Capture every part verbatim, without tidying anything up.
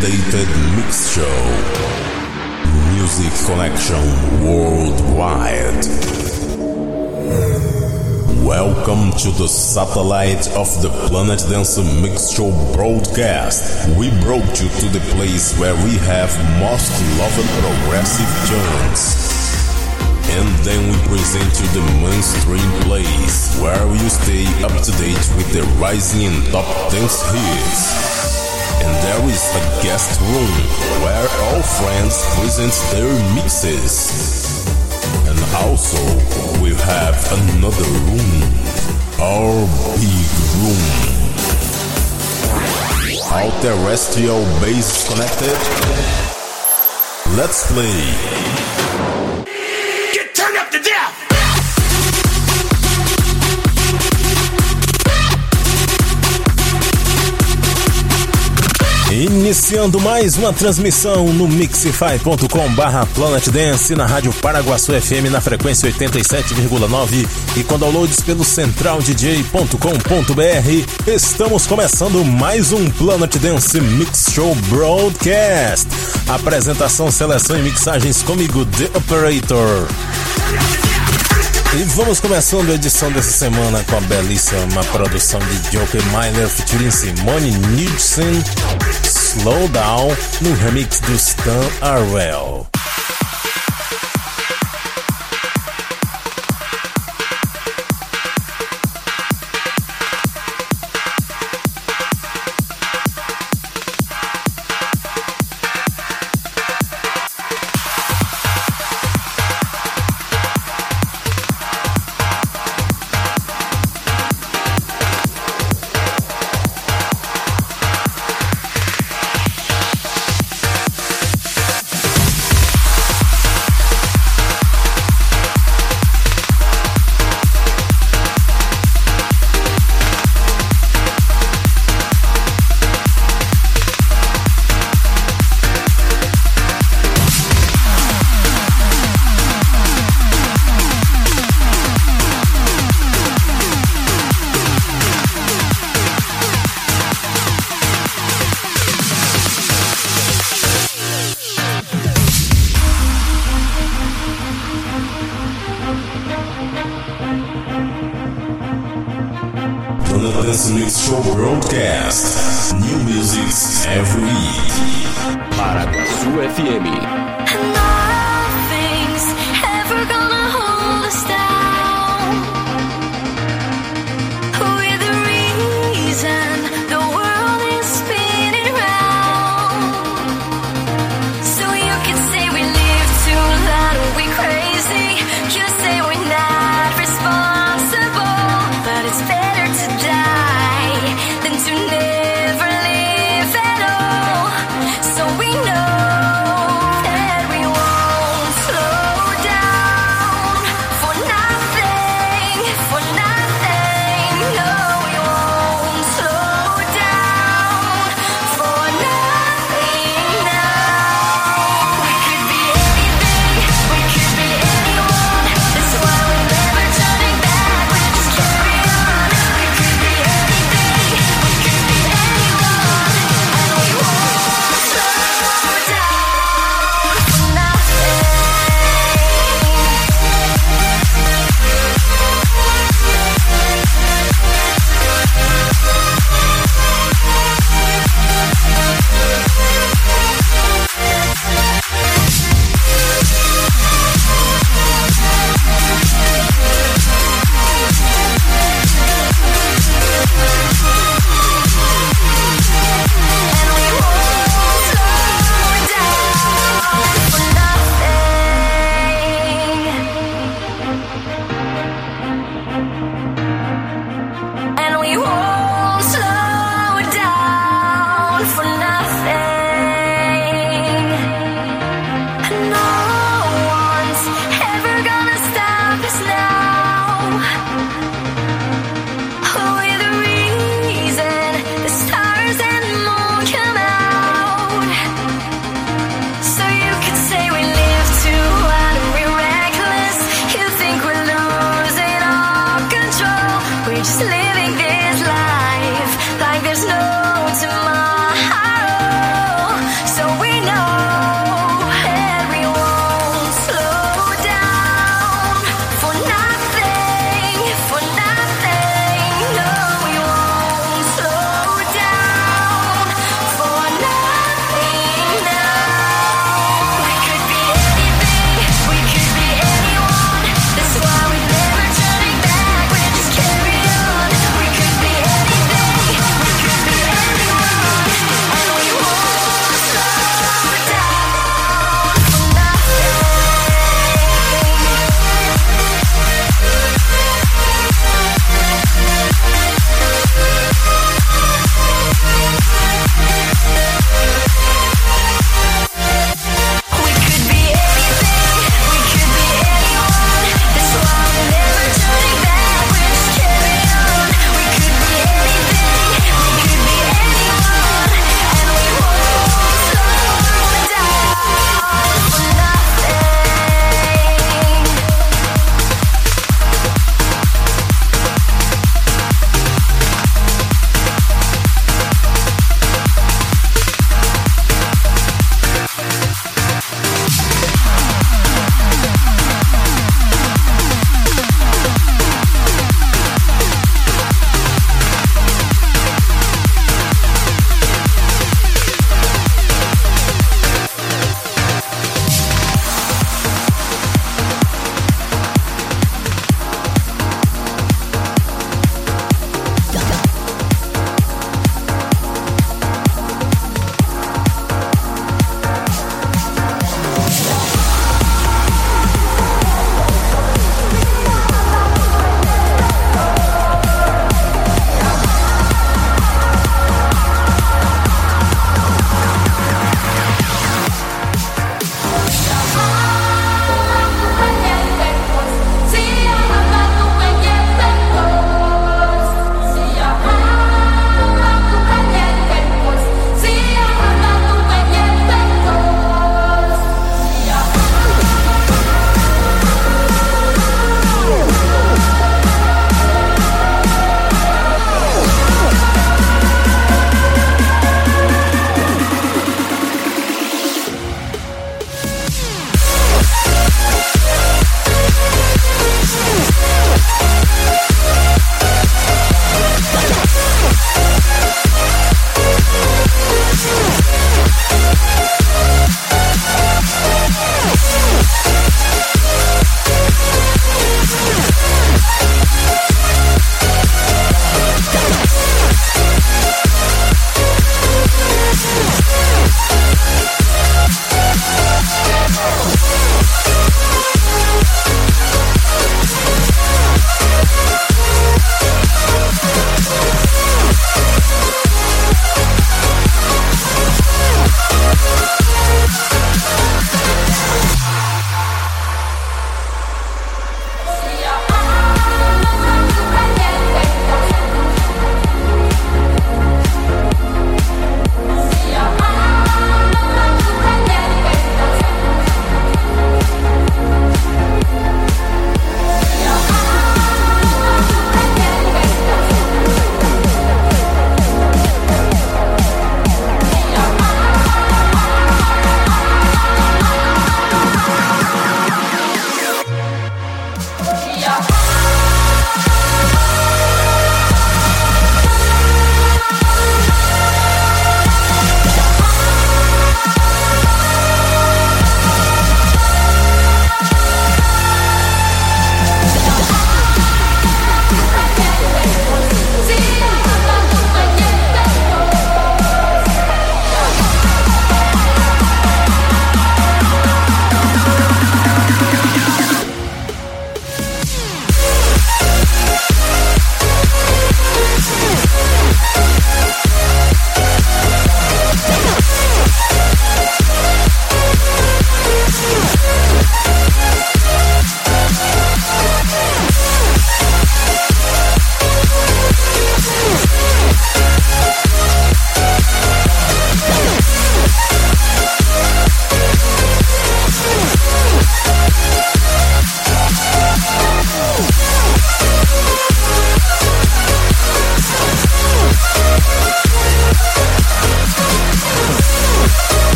updated mix show. Music Connection Worldwide. Welcome to the satellite of the Planet Dance Mix Show broadcast. We brought you to the place where we have most loved progressive tunes. And then we present you the mainstream place where you stay up to date with the rising and top dance hits. And there is a guest room where all friends present their mixes. And also we have another room, our big room. All terrestrial bases connected. Let's play. Turn up the death! Iniciando mais uma transmissão no mixify ponto com barra Planet Dance na Rádio Paraguaçu F M na frequência oitenta e sete vírgula nove e com downloads pelo central d j ponto com ponto b r. Estamos começando mais um Planet Dance Mix Show Broadcast. Apresentação, seleção e mixagens comigo, The Operator. E vamos começando a edição dessa semana com a belíssima produção de Joker Miner featuring Simone Nilsson, Slow Down, no remix do Stan Arwell. Mix Show Broadcast. New music every week. Paraguaçu F M. So we know that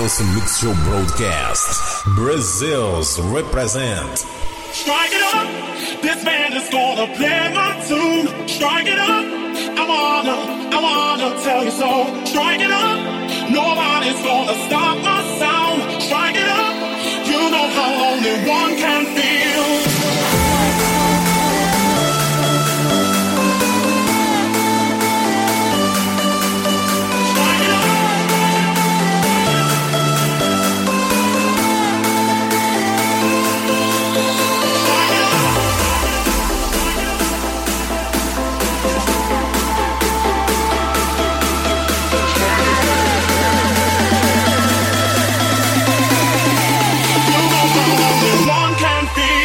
Dance Mix Show broadcast. Brazil's represent. Strike it up, this band is gonna play my tune. Strike it up, I wanna, I wanna tell you so. Strike it up, nobody's gonna stop my sound. Strike it up, you know how only one can feel. One can feel.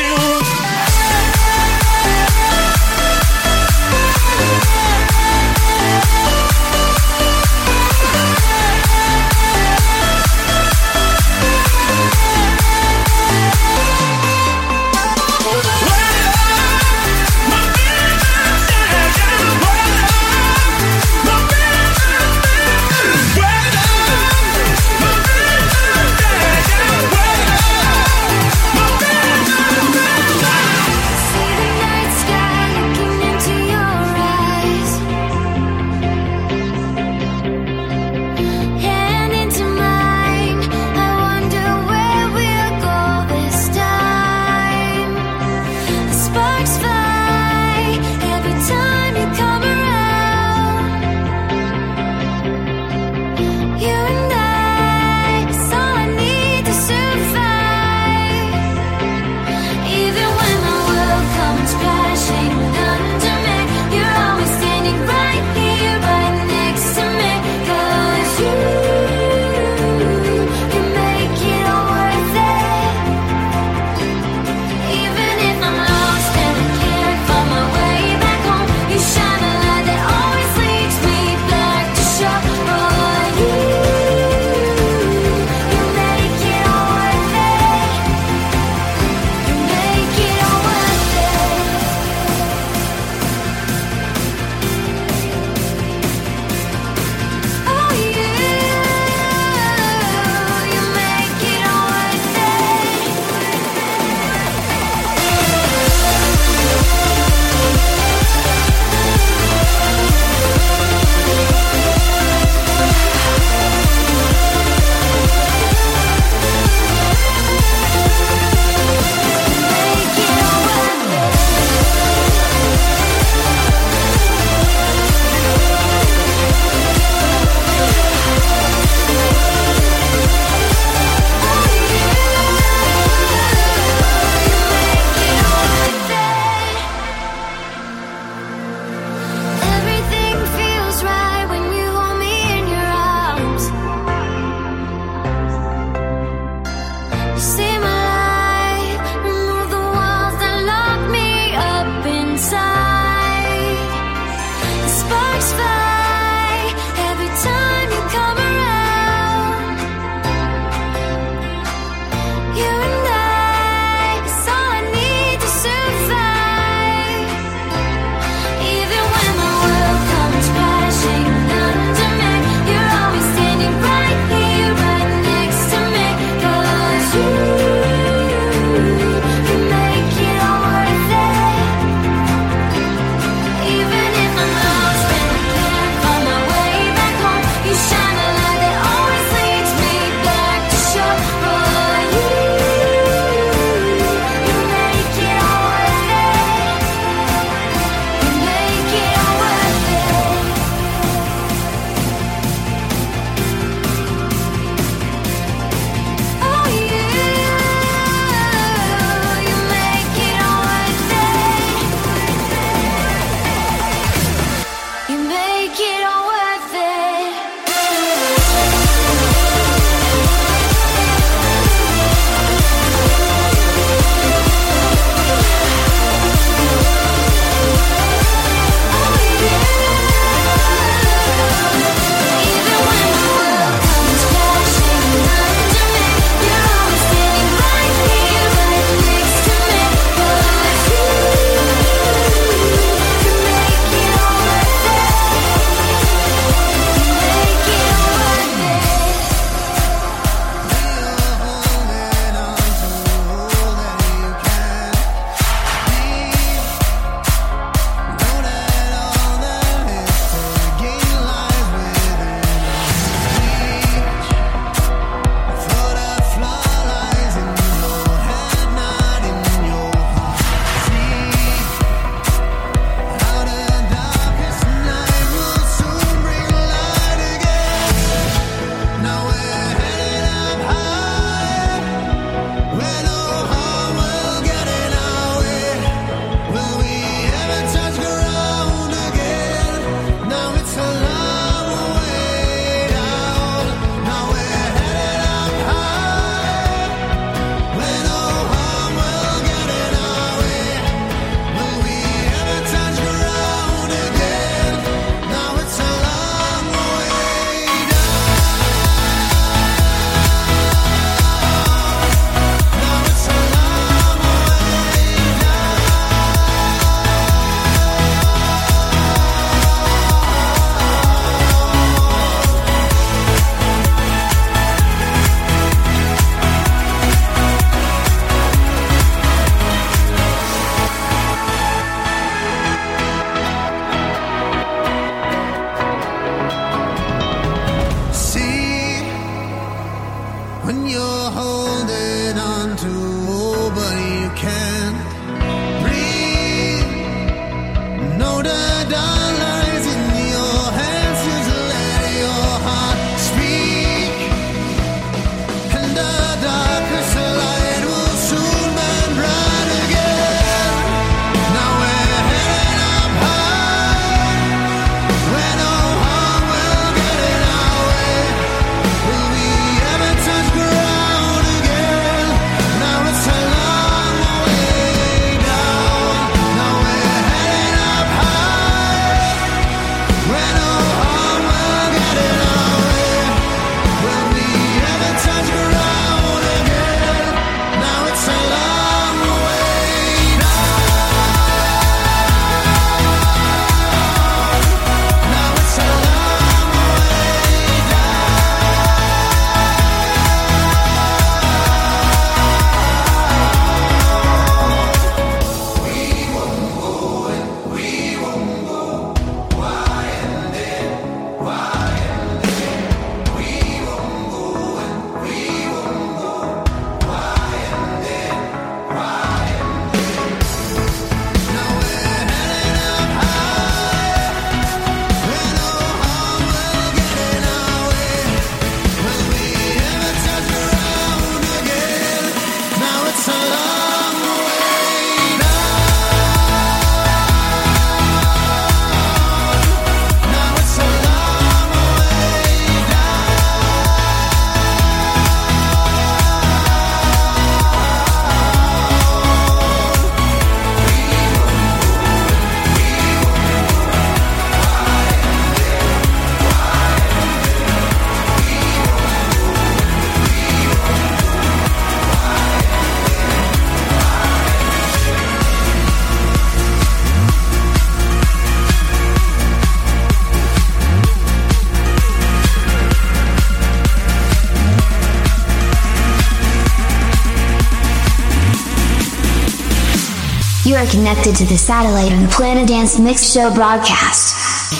are connected to the satellite on the Planet Dance Mix Show broadcast.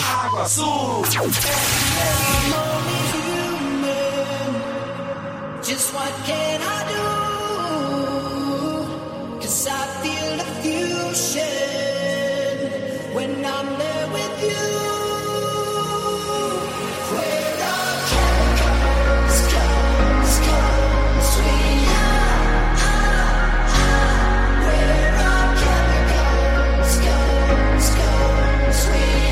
Just what can I do? 'Cause I feel the fusion when I'm there with you. Where our chemicals comes, comes, sweet. Where our chemicals comes, comes, sweet.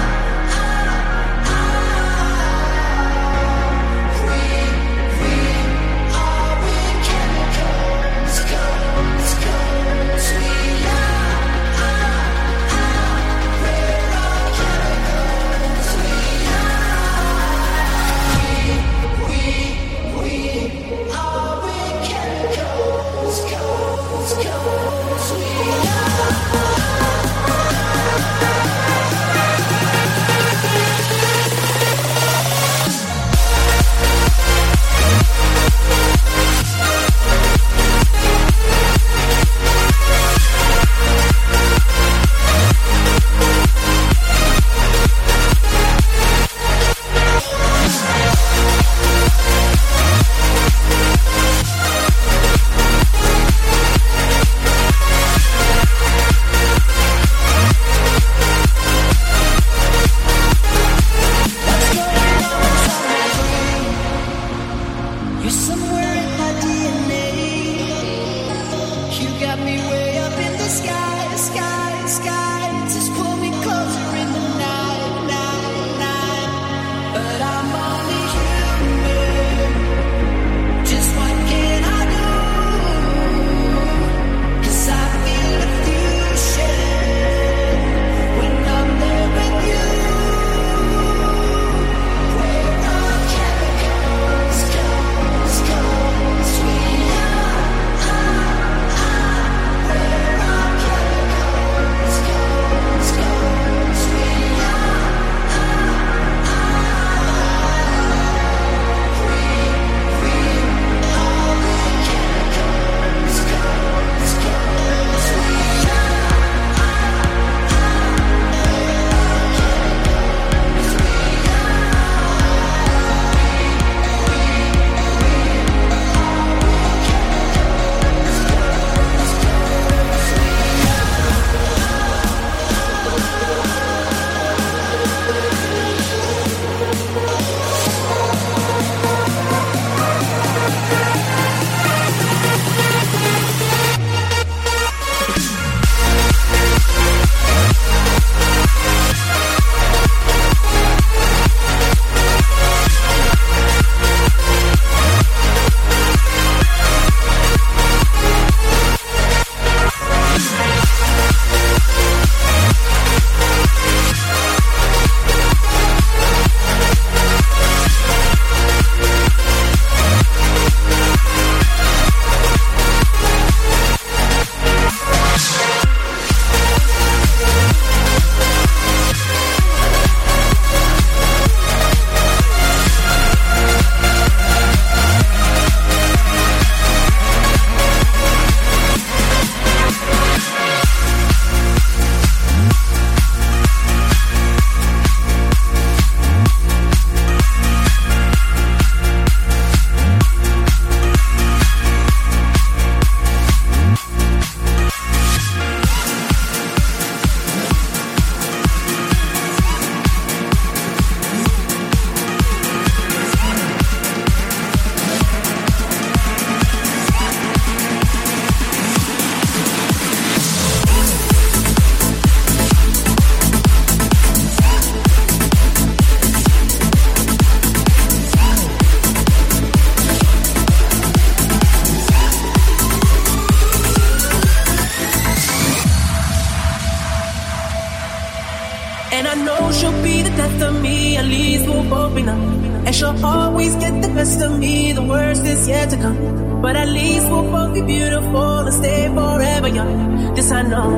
And she'll always get the best of me. The worst is yet to come, but at least we'll both be beautiful and stay forever young. This I know,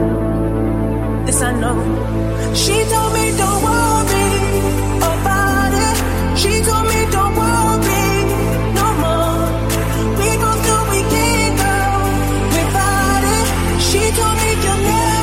this I know. She told me don't worry about it. She told me don't worry no more. We both know we can't go without it. She told me you'll never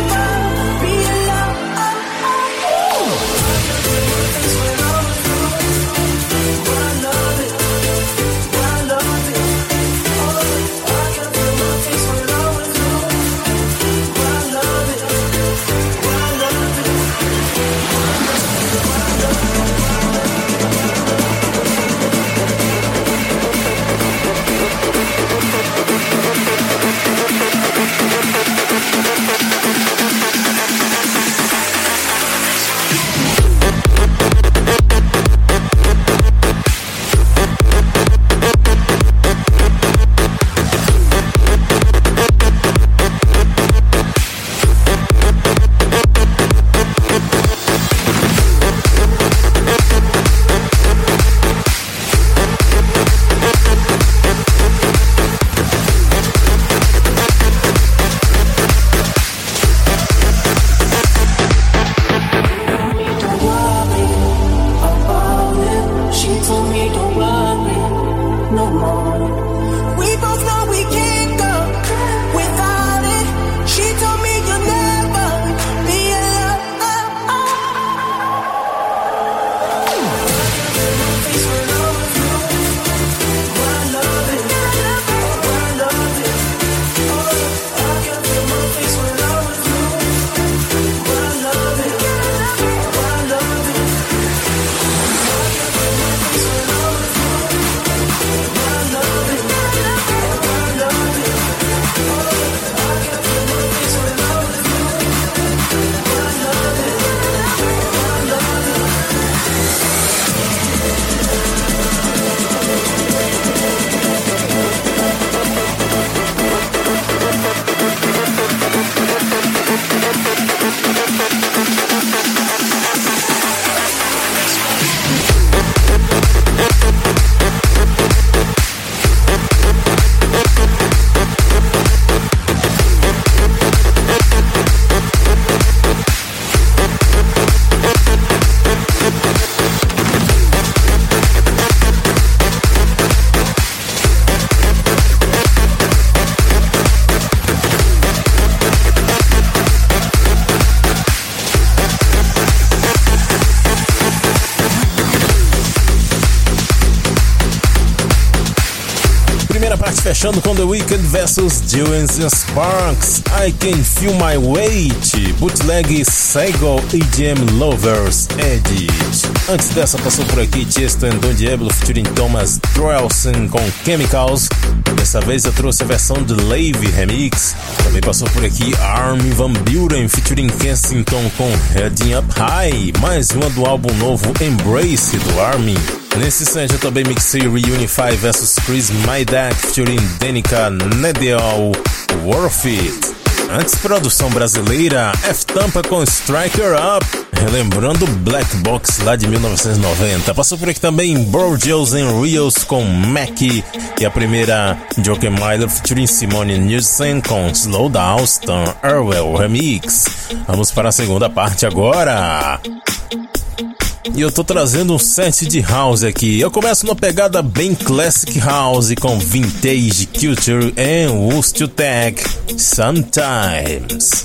fechando com The Weeknd versus Jewels and Sparks, I Can Feel My Weight, bootleg Sego E D M Lovers Edit. Antes dessa passou por aqui Tiesto and Don Diablo featuring Thomas Drelson com Chemicals. Dessa vez eu trouxe a versão de Lave Remix. Também passou por aqui Armin van Buuren featuring Kensington com Heading Up High, mais uma do álbum novo Embrace do Armin. Nesse instante eu também mixei Reunify versus Chris Mydak featuring Danica Nedial, Worth It. Antes, produção brasileira, F-Tampa com Striker Up, relembrando Black Box lá de mil novecentos e noventa. Passou por aqui também Borgeos and Rios com Mackie e a primeira Joker Miller featuring Simone Nielsen com Slow Down Stan Erwell Remix. Vamos para a segunda parte agora. E eu tô trazendo um set de house aqui. Eu começo numa pegada bem classic house com vintage culture and Woodstock Tech Sometimes.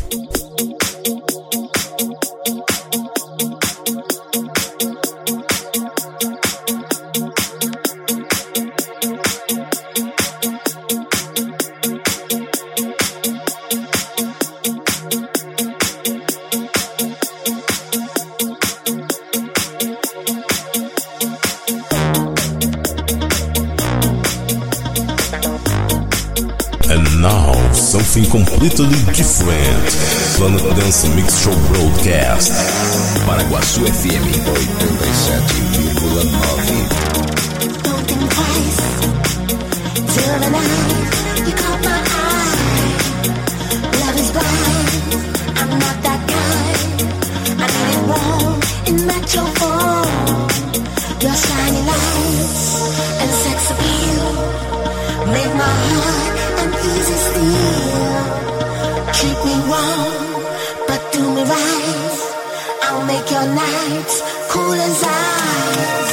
Something completely different. Planet Dance Mix Show Broadcast. Paraguaçu F M oitenta e sete vírgula nove. Don't think twice. Till the night you caught my eye. Love is blind. I'm not that kind. I need it warm in metro form. Your shiny lights and sex appeal make my heart an easy steal. Treat me wrong, but do me right. I'll make your nights cool as ice.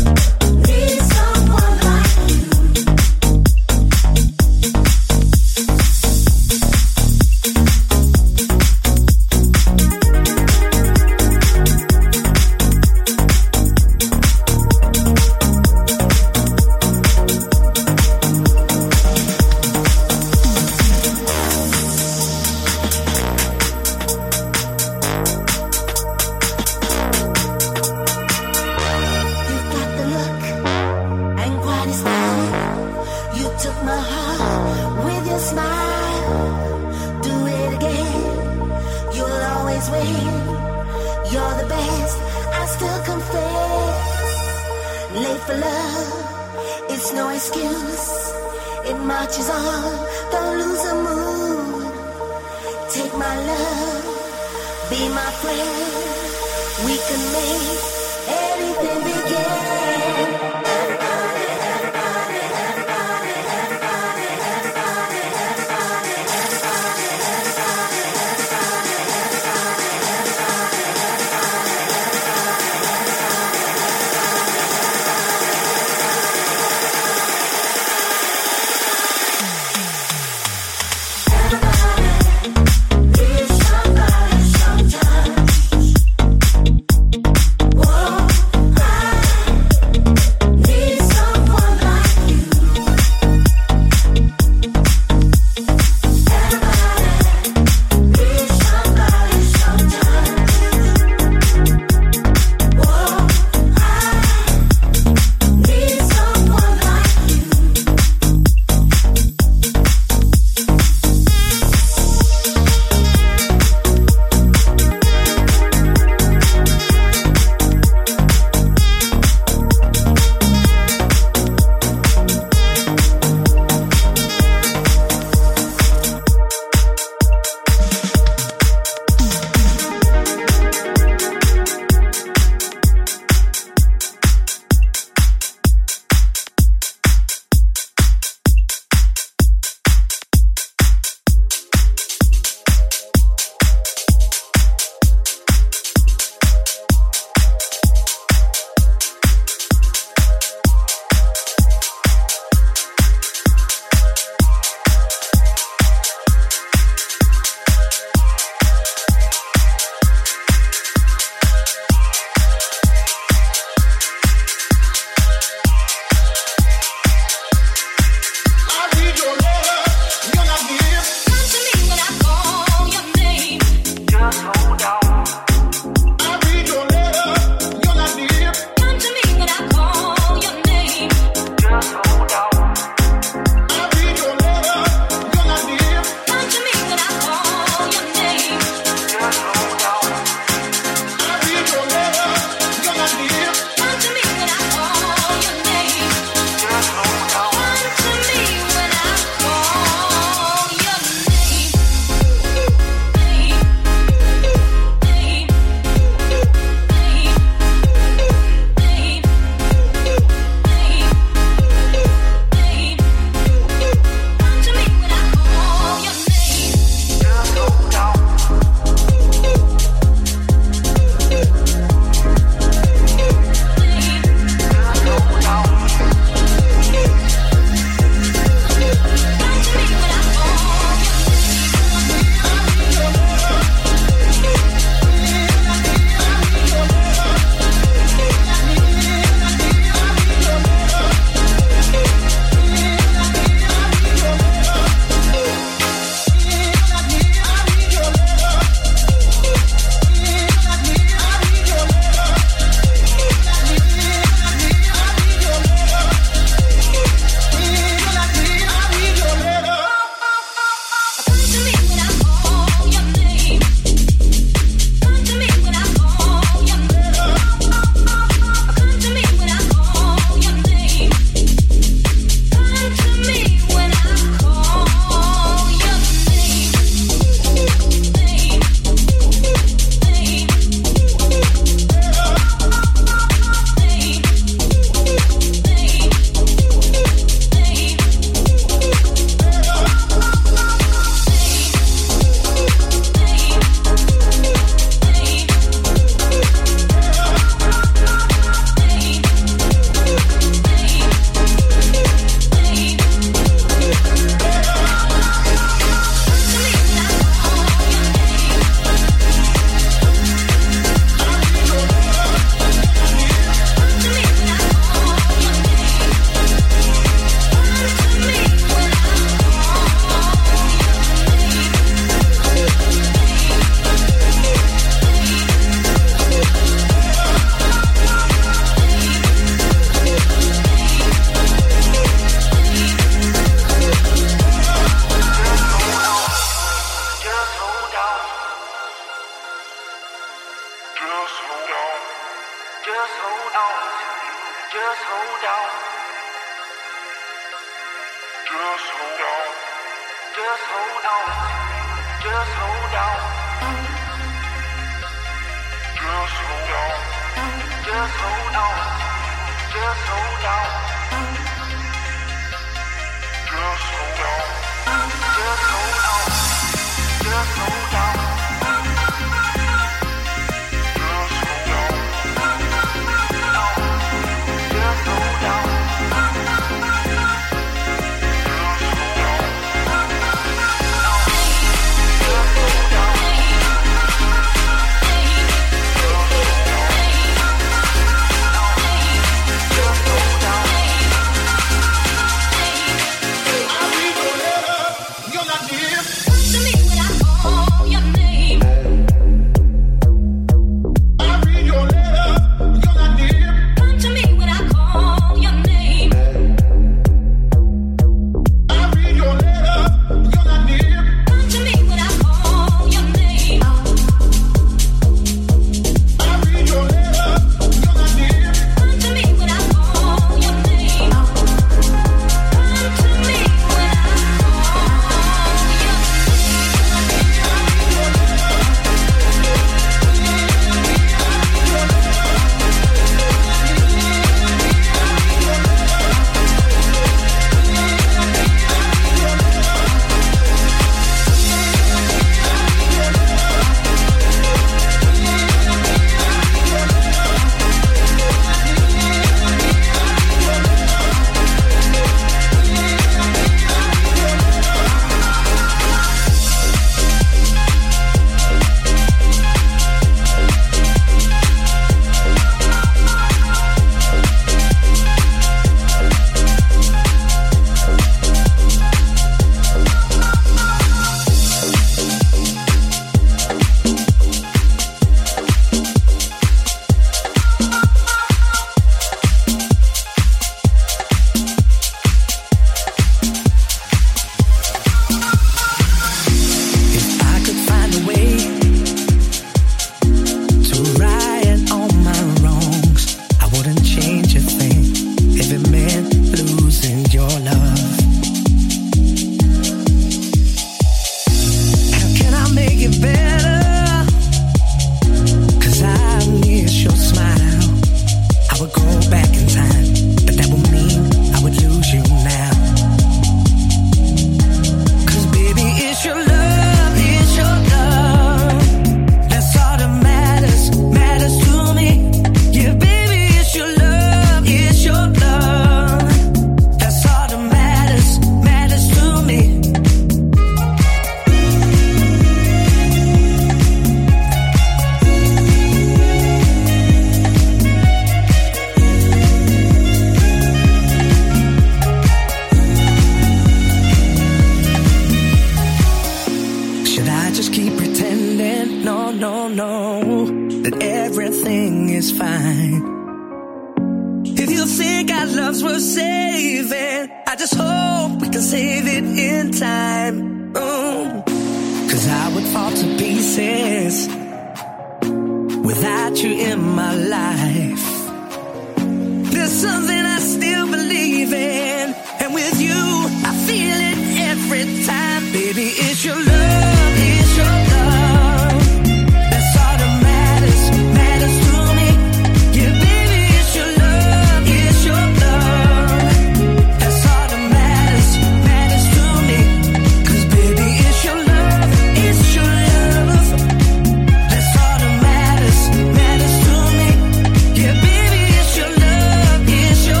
It's your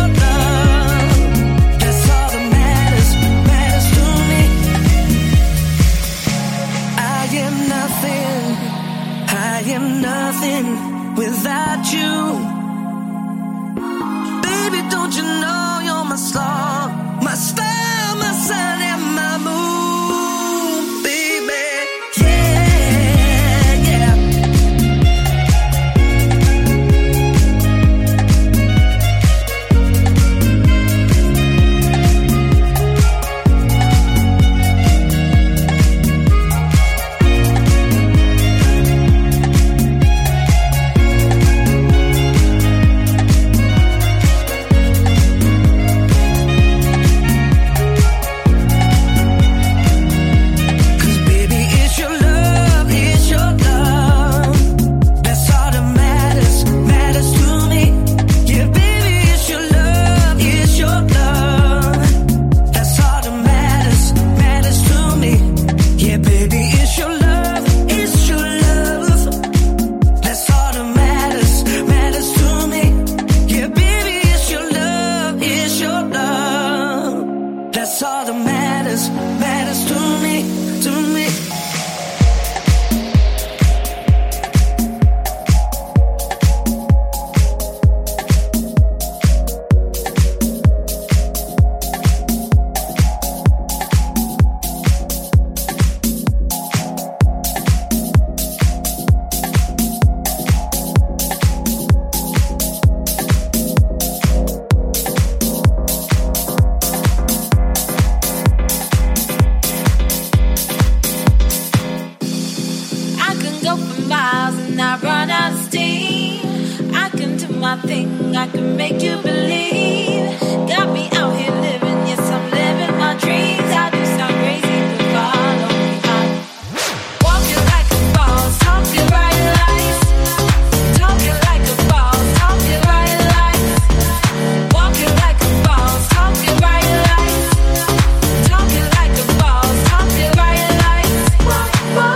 my thing, I can make you believe. Got me out here living, yes, I'm living my dreams. I do sound crazy, but follow me. I'm walking like a boss, talking right lies. Talking like a boss, talking right lies. Walking like a boss, talking right lies. Talking like a boss, talking right lies. Whoa, whoa.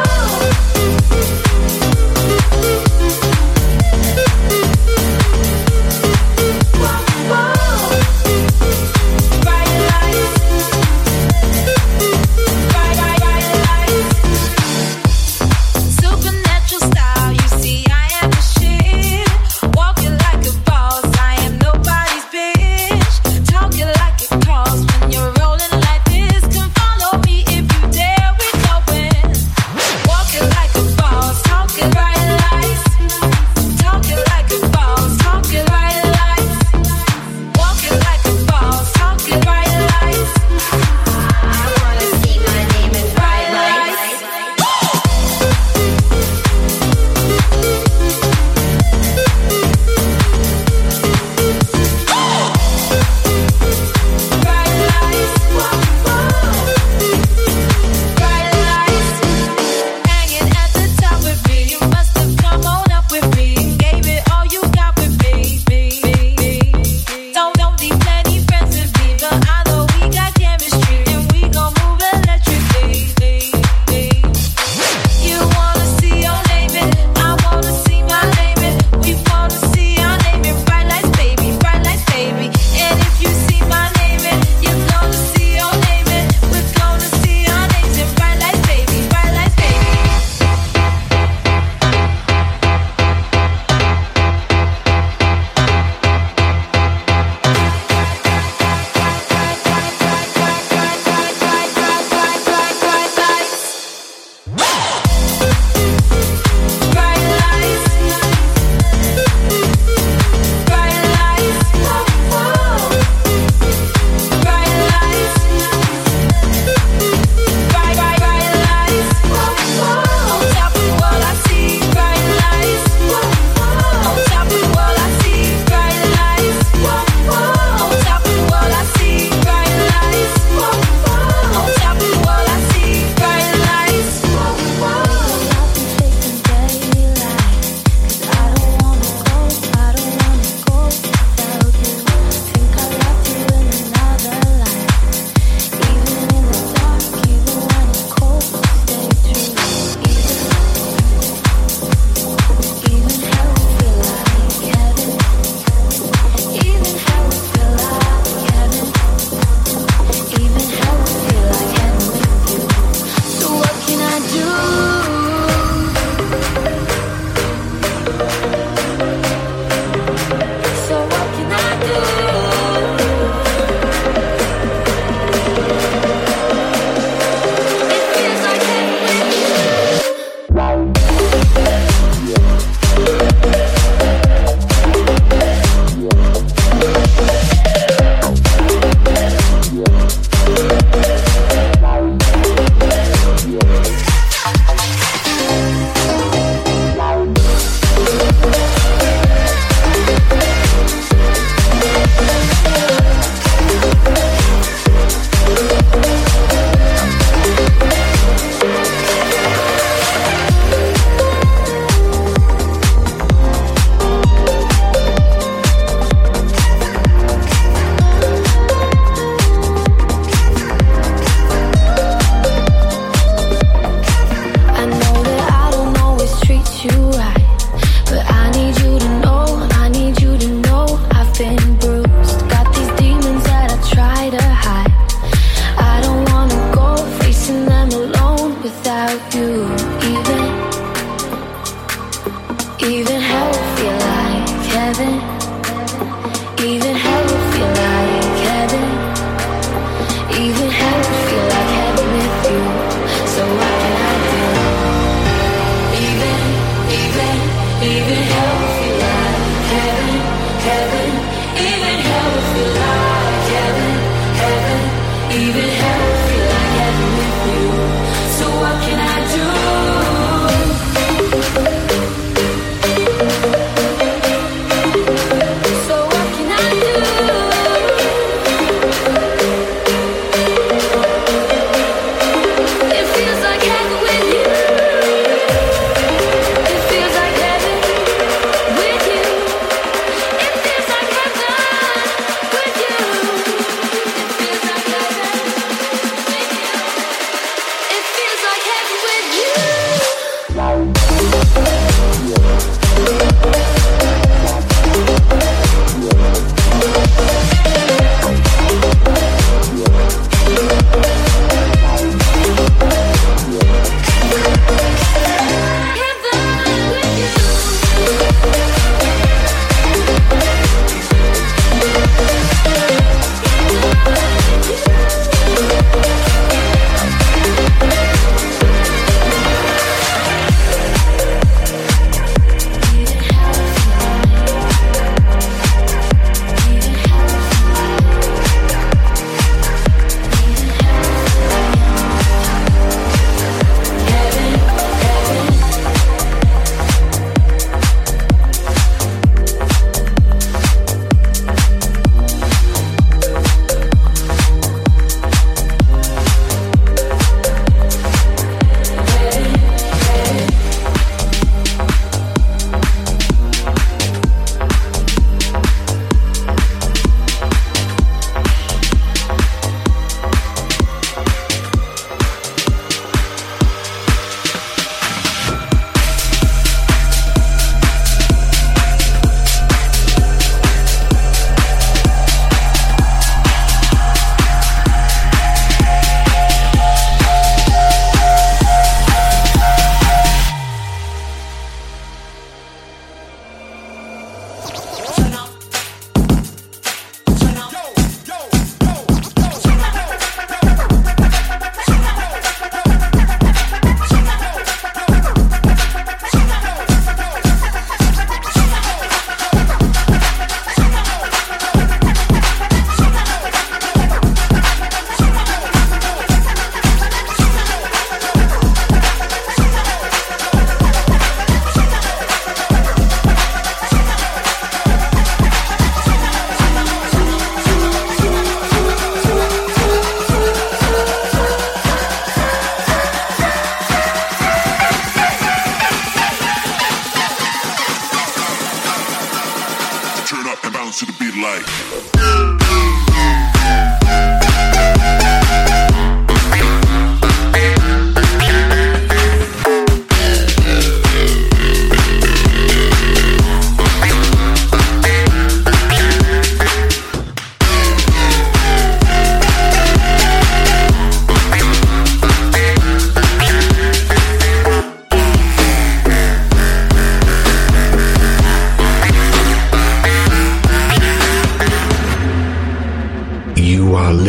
Whoa, whoa.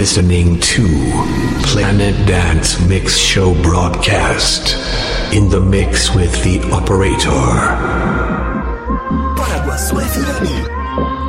listening to Planet Dance Mix Show broadcast. In the mix with the operator. Paraguaçu F M.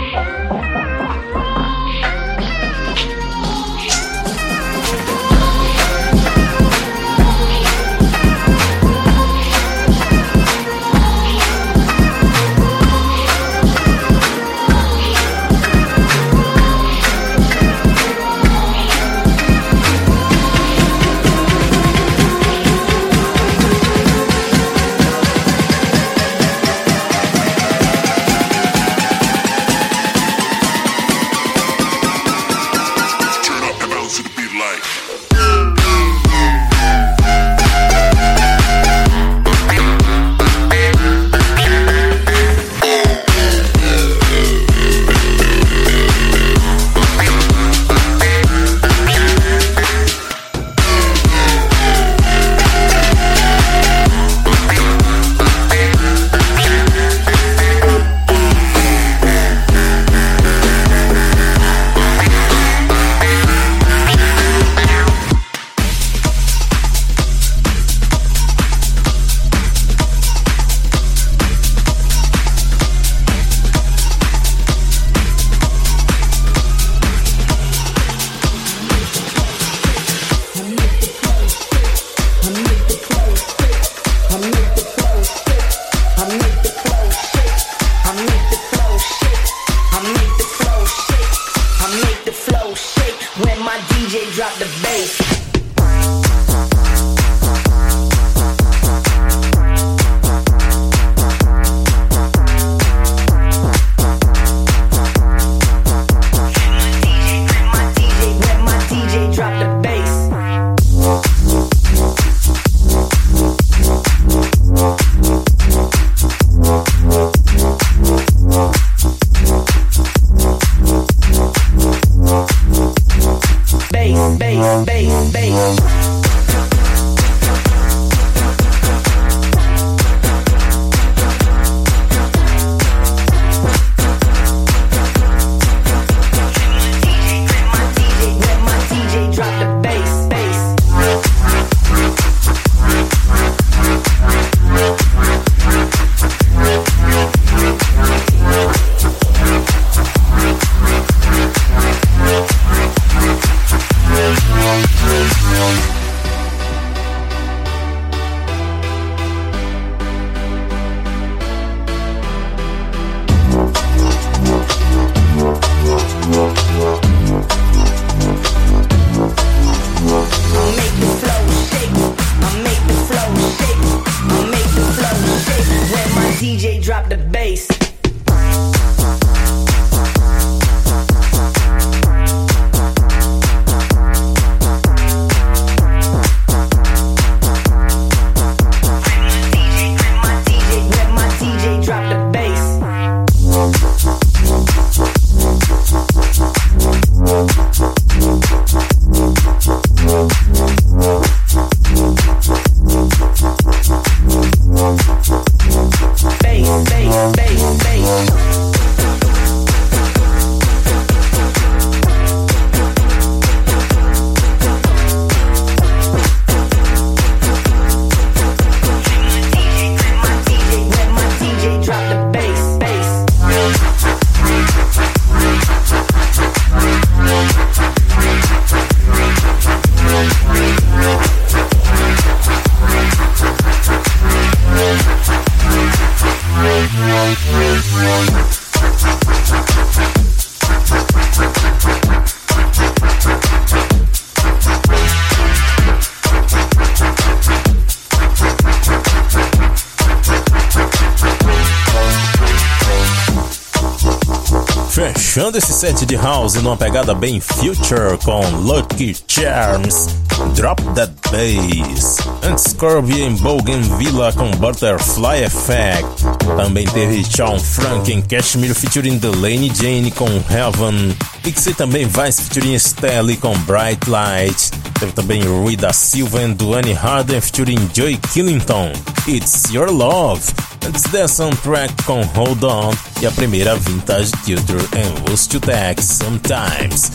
Fechando esse set de house numa pegada bem future com Lucky Charms, Drop That Bass. Antes Kirby em Bougainville com Butterfly Effect. Também teve Sean Frank em Cashmere featuring Delaney Jane com Heaven. Pixie também Vice featuring Stelly com Bright Light. Teve também Rui da Silva e Duane Harden featuring Joey Killington, It's Your Love. Antes dessa, um track com Hold On e a primeira Vintage Culture and Used to Tax Sometimes.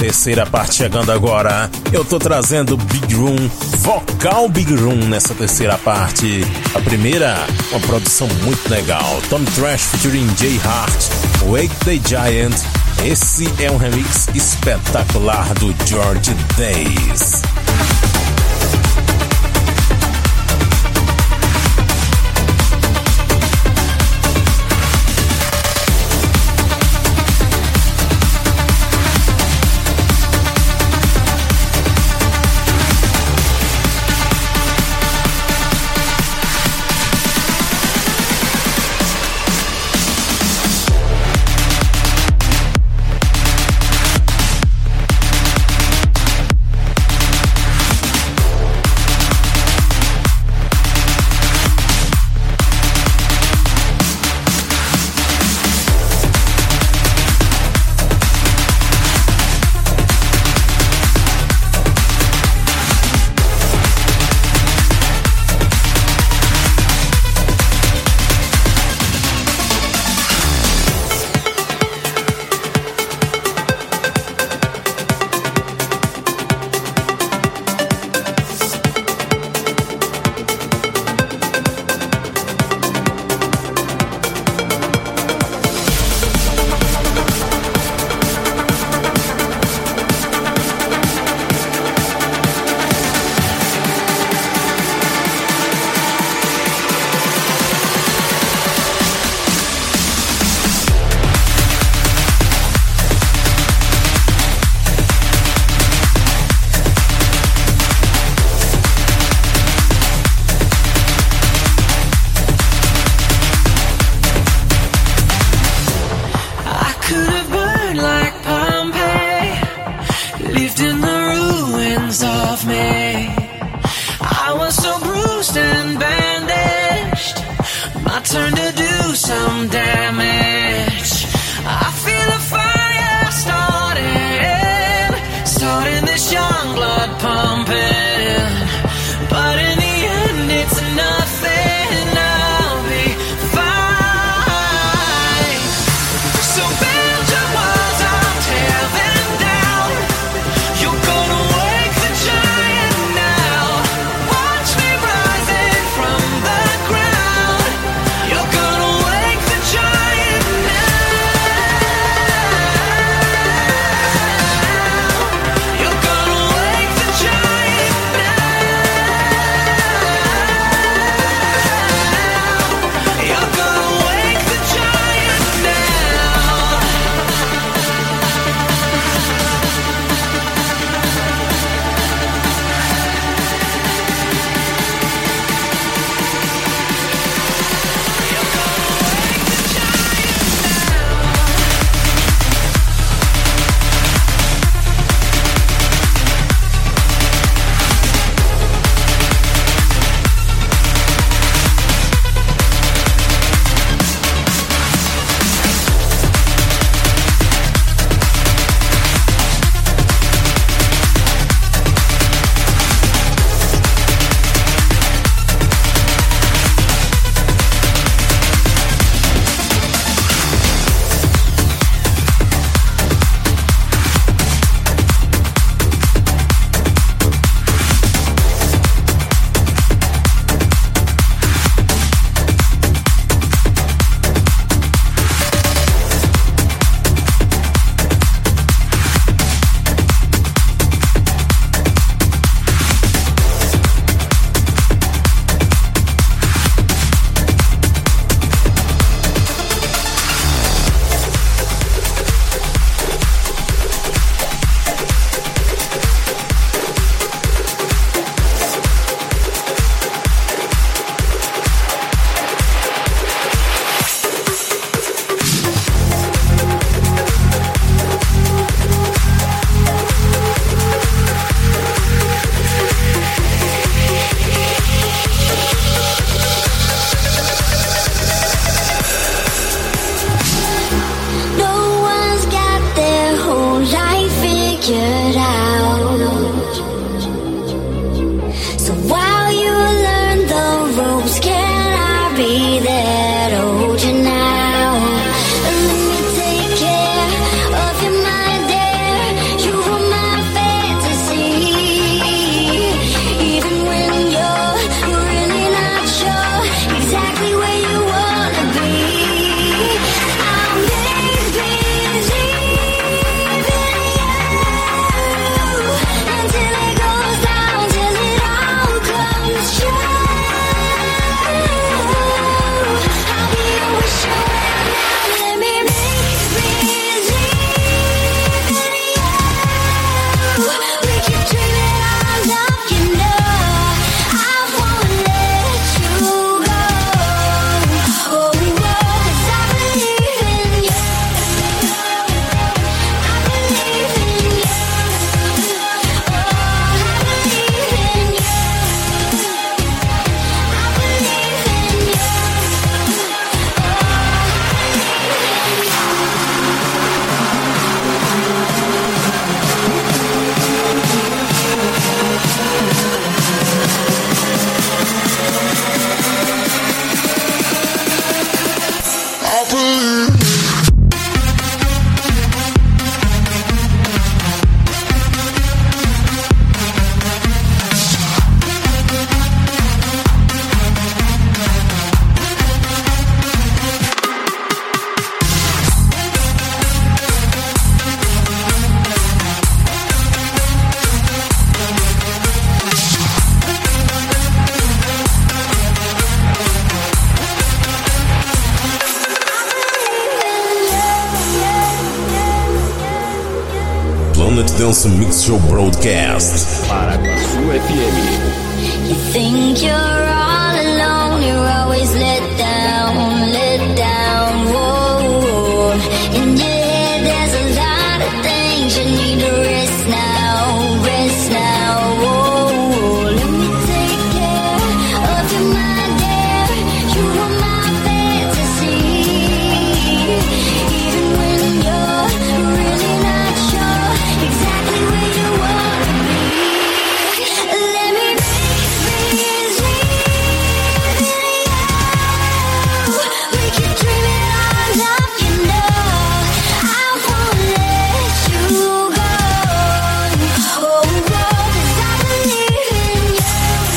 terceira parte chegando agora. Eu tô trazendo Big Room, vocal Big Room nessa terceira parte. A primeira, uma produção muito legal, Tommy Trash featuring Jay Hart, Wake the Giant. Esse é um remix espetacular do George Days. You're gonna wake the giant. Dance Mix Show Broadcast. Paraguaçu F M. You think you're all alone, you're always let down, let down, whoa. In your head there's a lot of things you need to rest now, rest now, whoa. Let me take care of your mind, dear. You are my fantasy. Even when you're really not sure exactly where you want to be. Let me breathe, breathe, breathe. We keep dreaming our love, you know. I won't let you go. Oh, oh, 'cause I believe in you.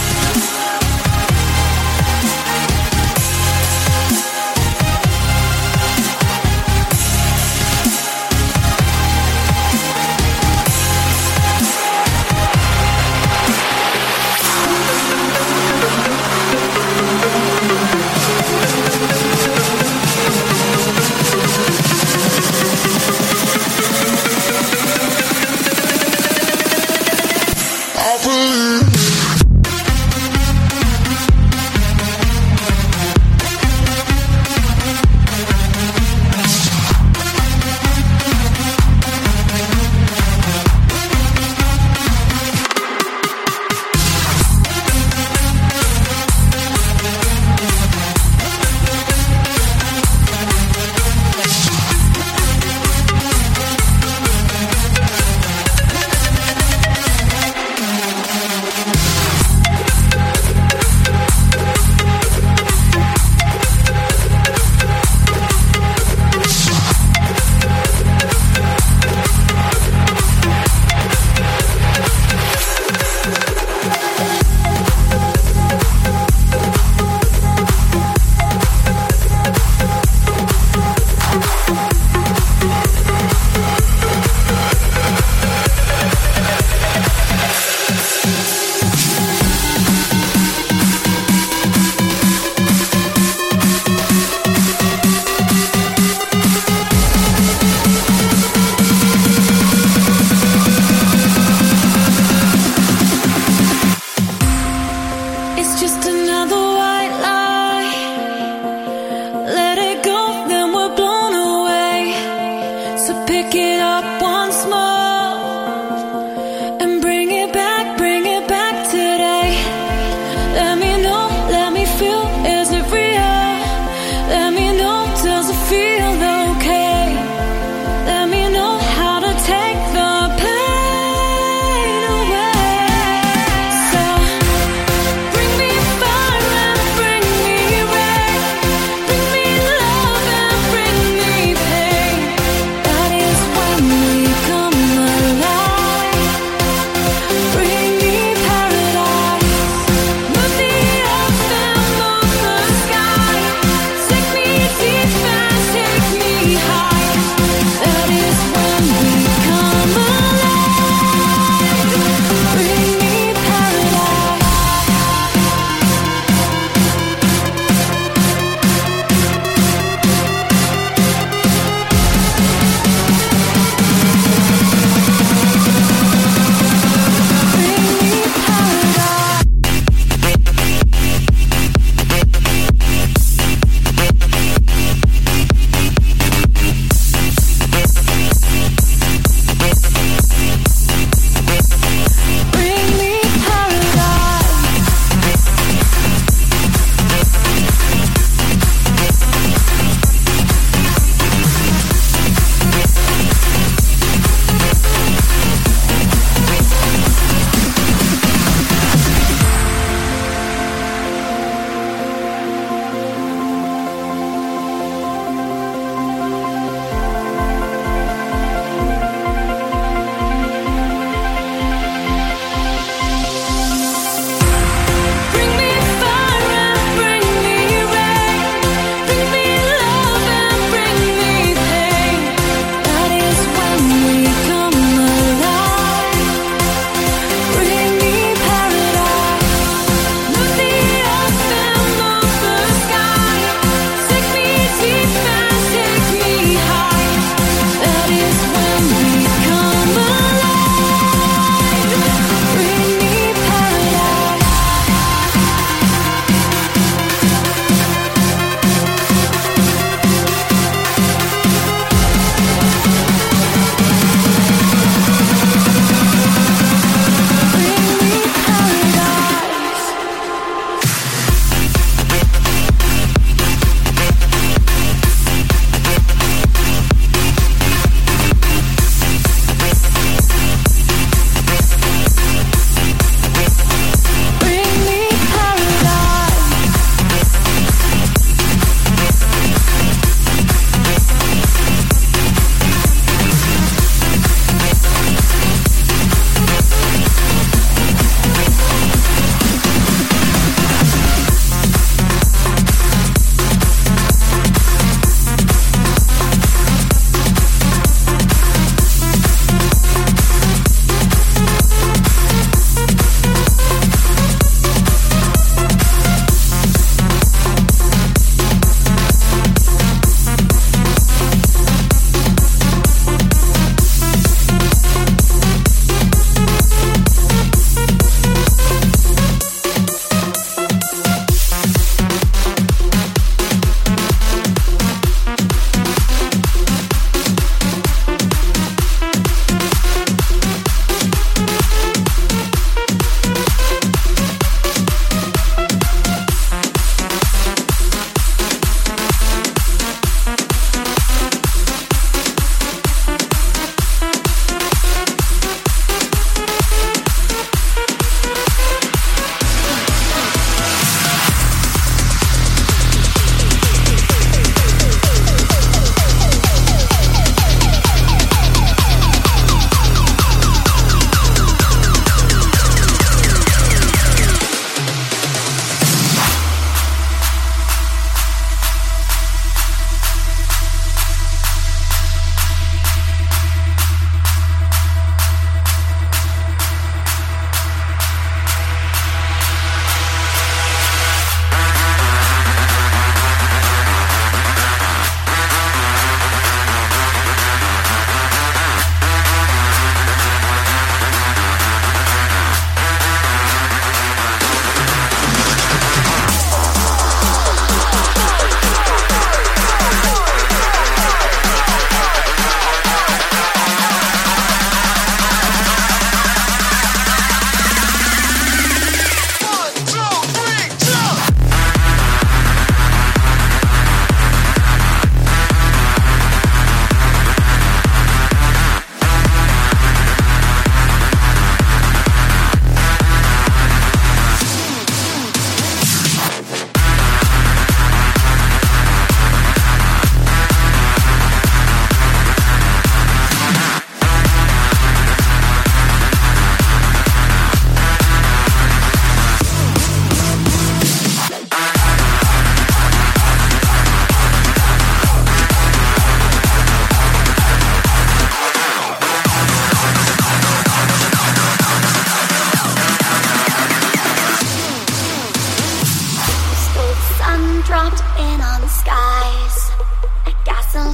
It's just another white lie. Let it go, then we're blown away. So pick it up once more and bring it back, bring it back today. Let me know, let me feel, is it real? Let me know, does it feel okay? Let me know how to take the pain away. So bring me fire and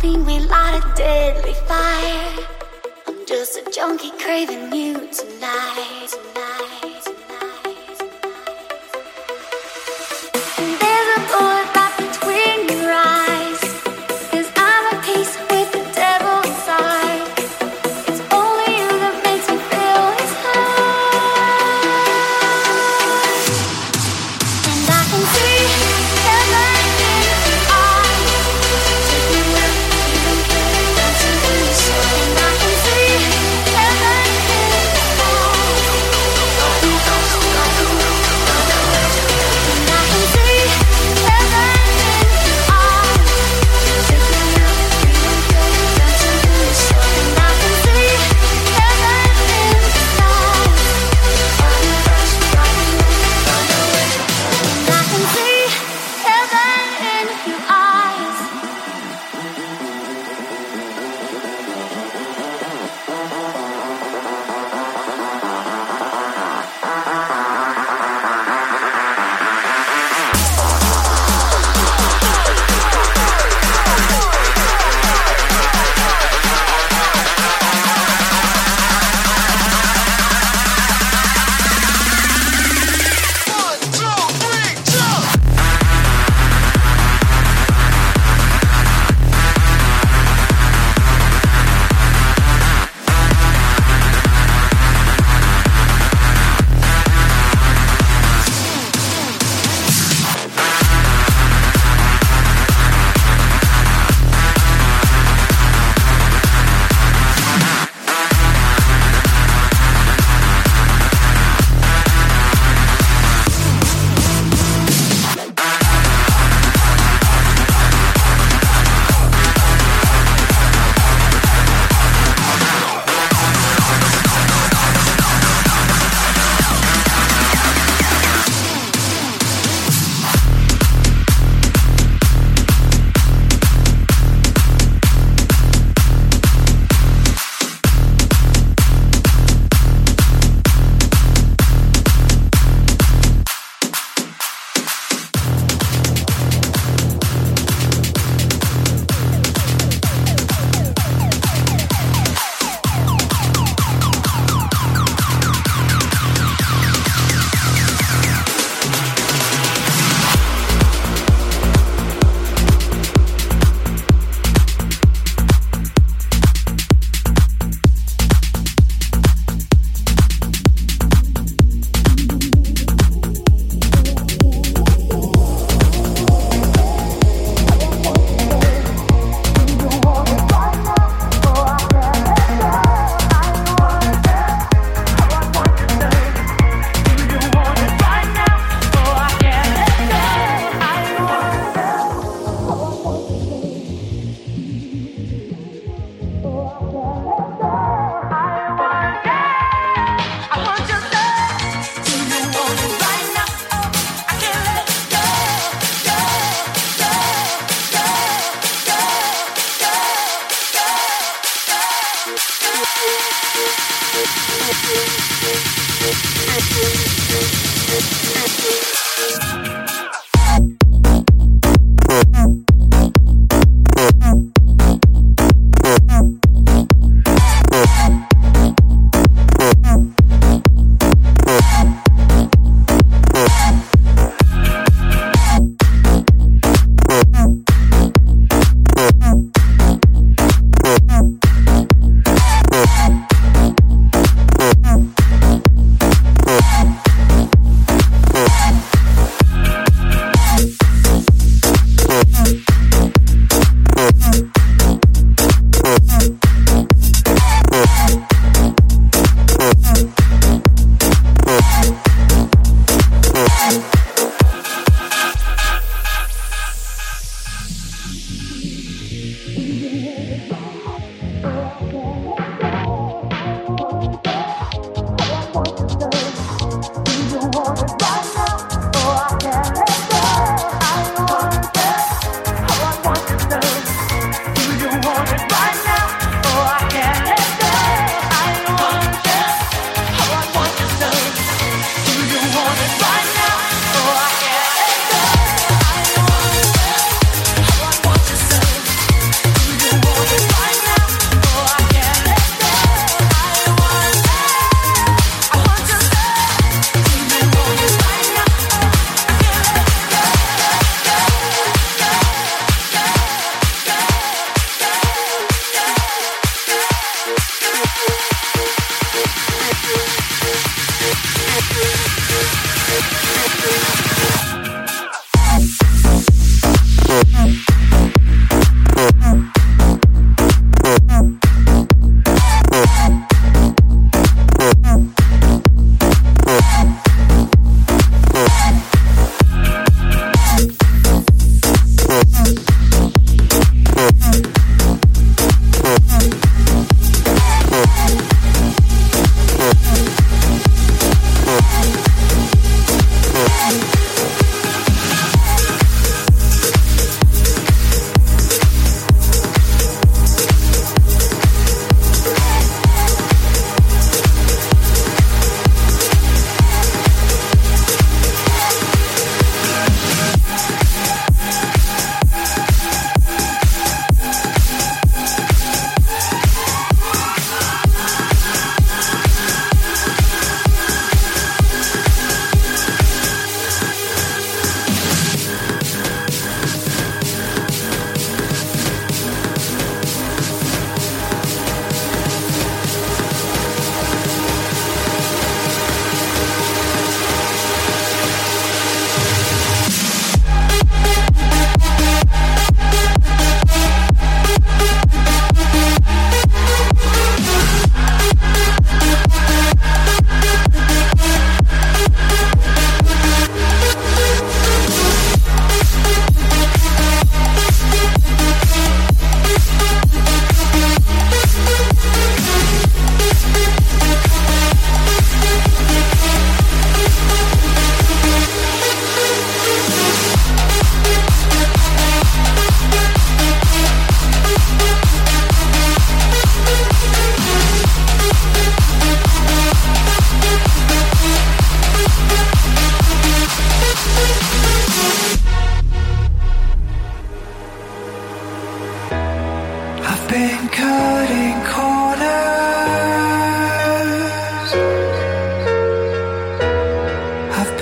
Morphine, we light a deadly fire. I'm just a junkie craving you tonight, tonight, tonight. And there's a bullet right between your eyes, 'cause I'm a piece with the devil inside. It's only you that makes me feel this high. And I can see heaven in your eyes. Take me where you don't care, dancing in the sun. And I can see heaven in your eyes.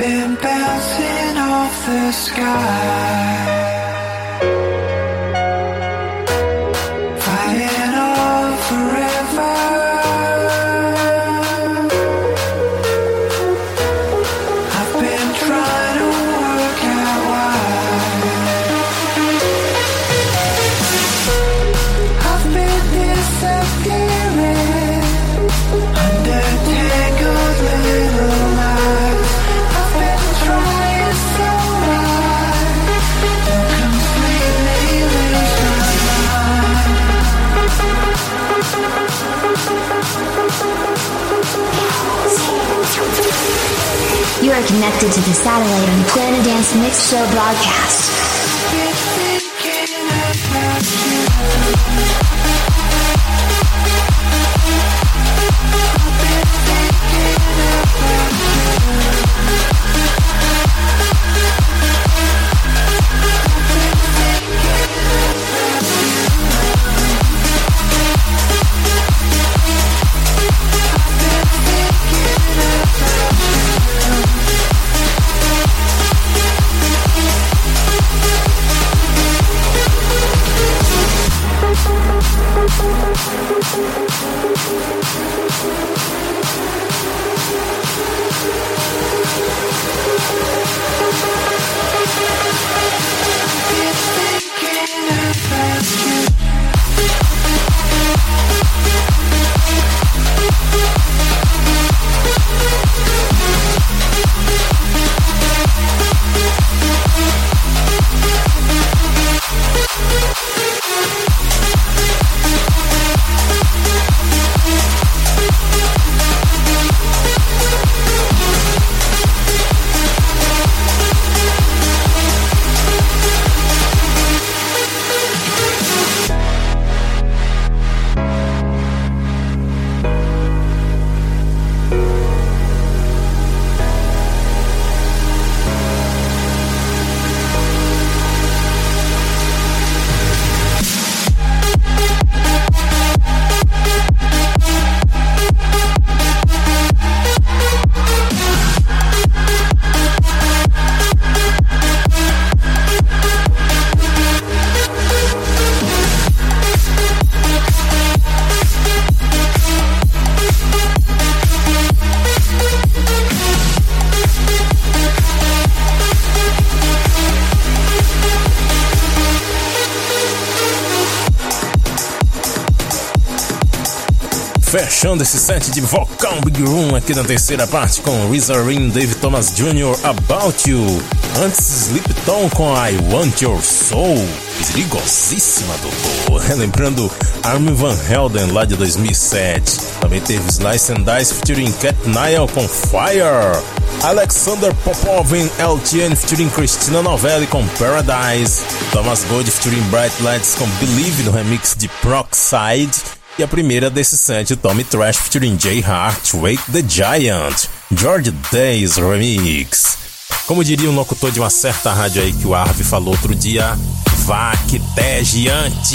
been bouncing off the sky, fighting on forever. I've been trying to work out why I've been disappearing under tangled little lies. I've been trying so hard to completely lose my mind. You are connected to the satellite on Planet Dance Mix Show broadcast. Been thinking about you. I've been thinking about Fechando esse set de vocal Big Room aqui na terceira parte com Reza Rin, Dave Thomas Júnior, About You. Antes, Sleepton com I Want Your Soul, perigosíssima, doutor. Relembrando Armin Van Helden lá de dois mil e sete. Também teve Slice and Dice featuring Cat Nile com Fire. Alexander Popov em L T N featuring Christina Novelli com Paradise. Thomas Gold featuring Bright Lights com Believe no remix de Proxide. E a primeira desse set, Tommy Trash featuring Jay Hart, Wake the Giant, George Days Remix. Como diria um locutor de uma certa rádio aí que o Arve falou outro dia, vá que tegiante.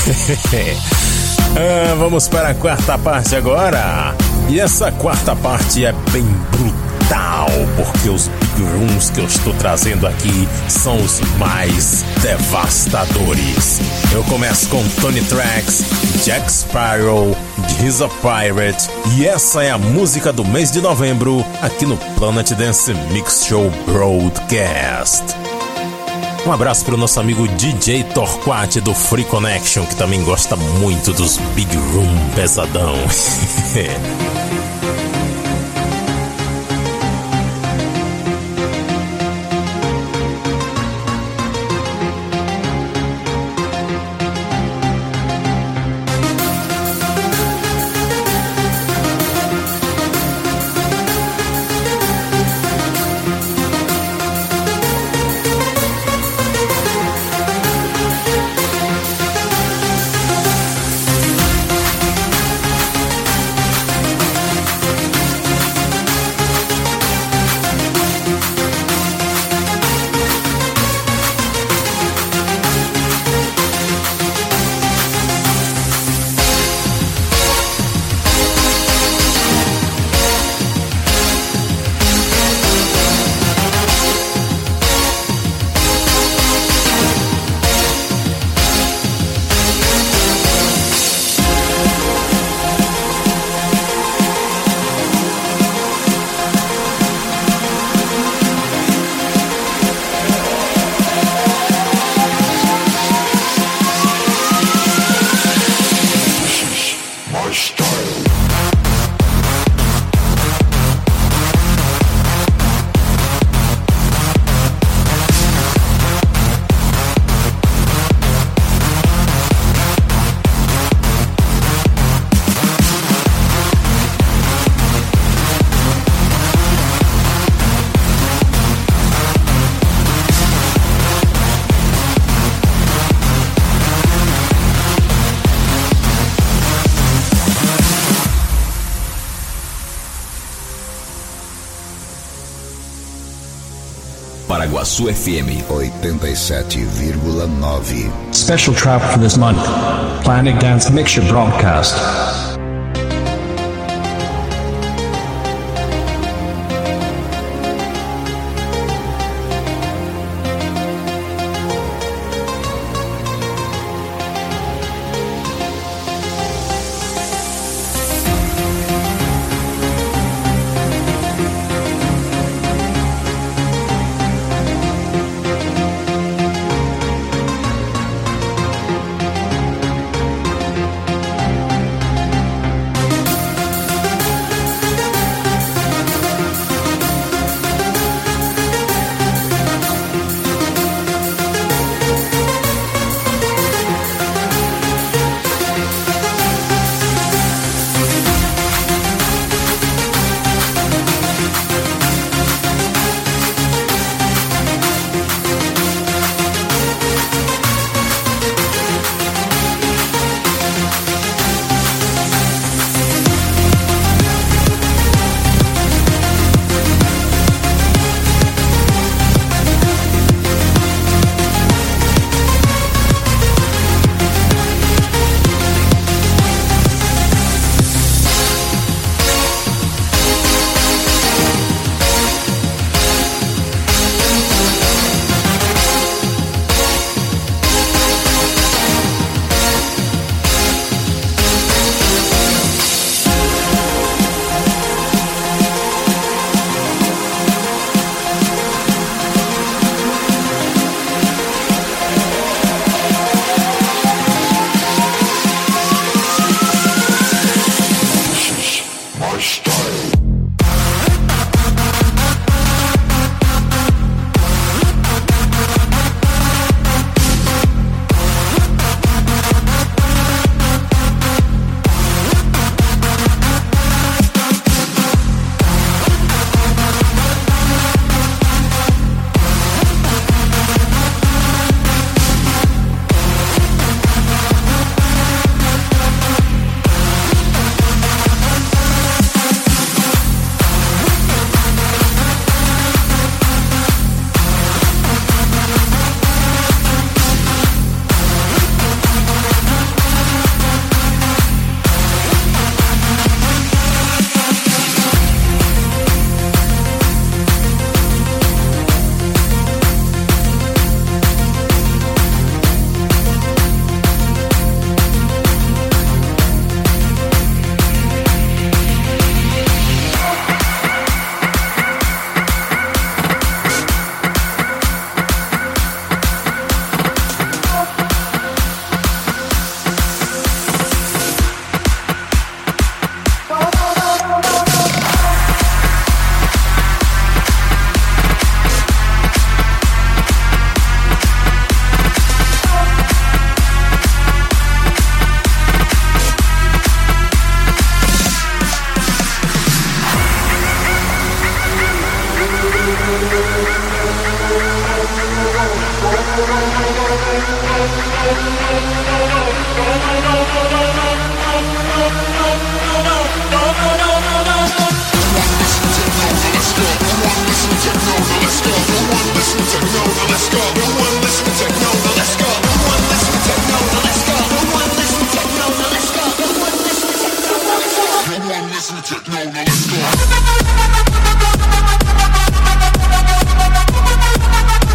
ah, vamos para a quarta parte agora. E essa quarta parte é bem brutal, porque os Big Rooms que eu estou trazendo aqui são os mais devastadores. Eu começo com Tony Trax, Jack Sparrow, He's a Pirate, e essa é a música do mês de novembro aqui no Planet Dance Mix Show Broadcast. Um abraço para o nosso amigo D J Torquati do Free Connection, que também gosta muito dos Big Room pesadão. Paraguaçu F M oitenta e sete vírgula nove. Special track for this month. Planet Dance Mixture Broadcast.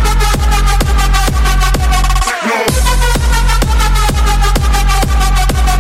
Techno.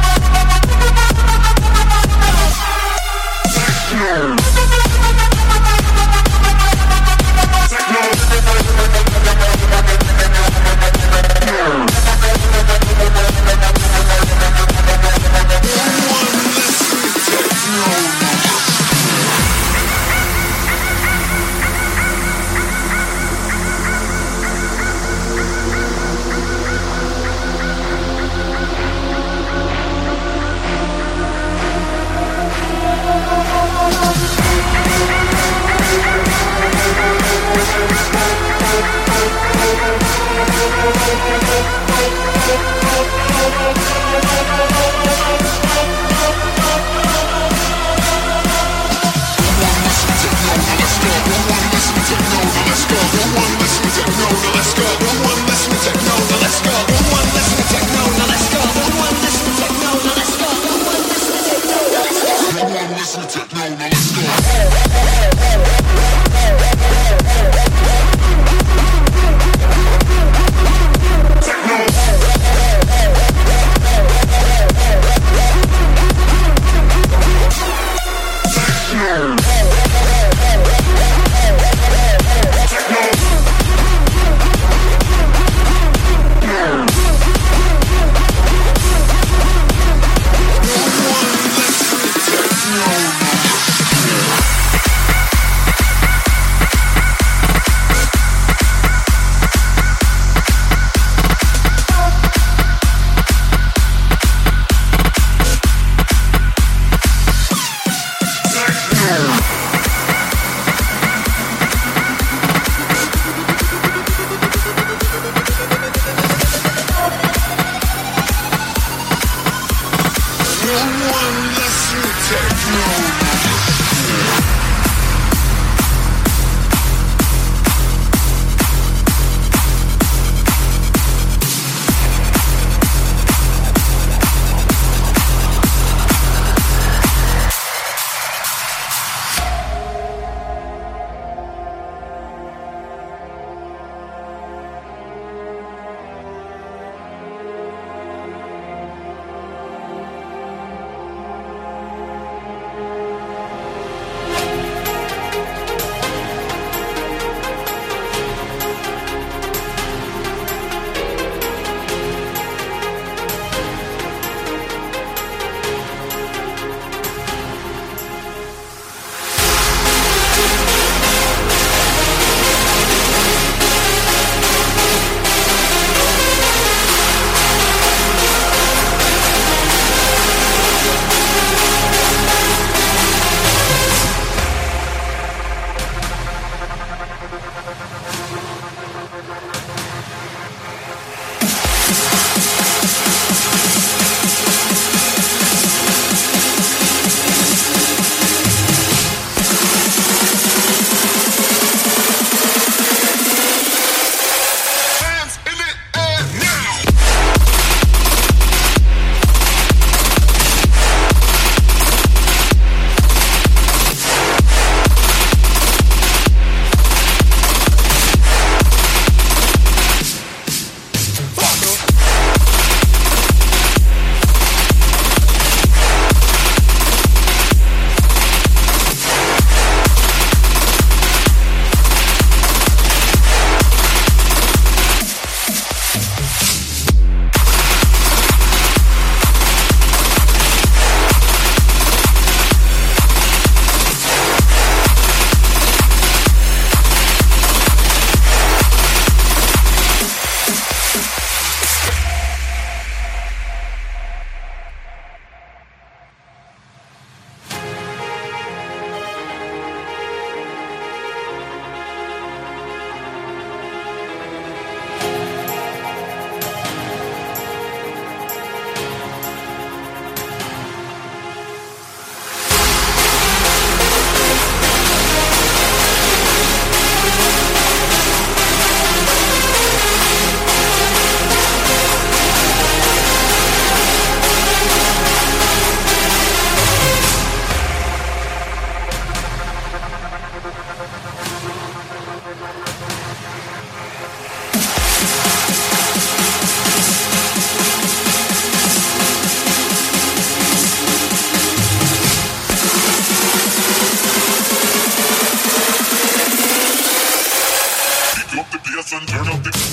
bass and turn up the.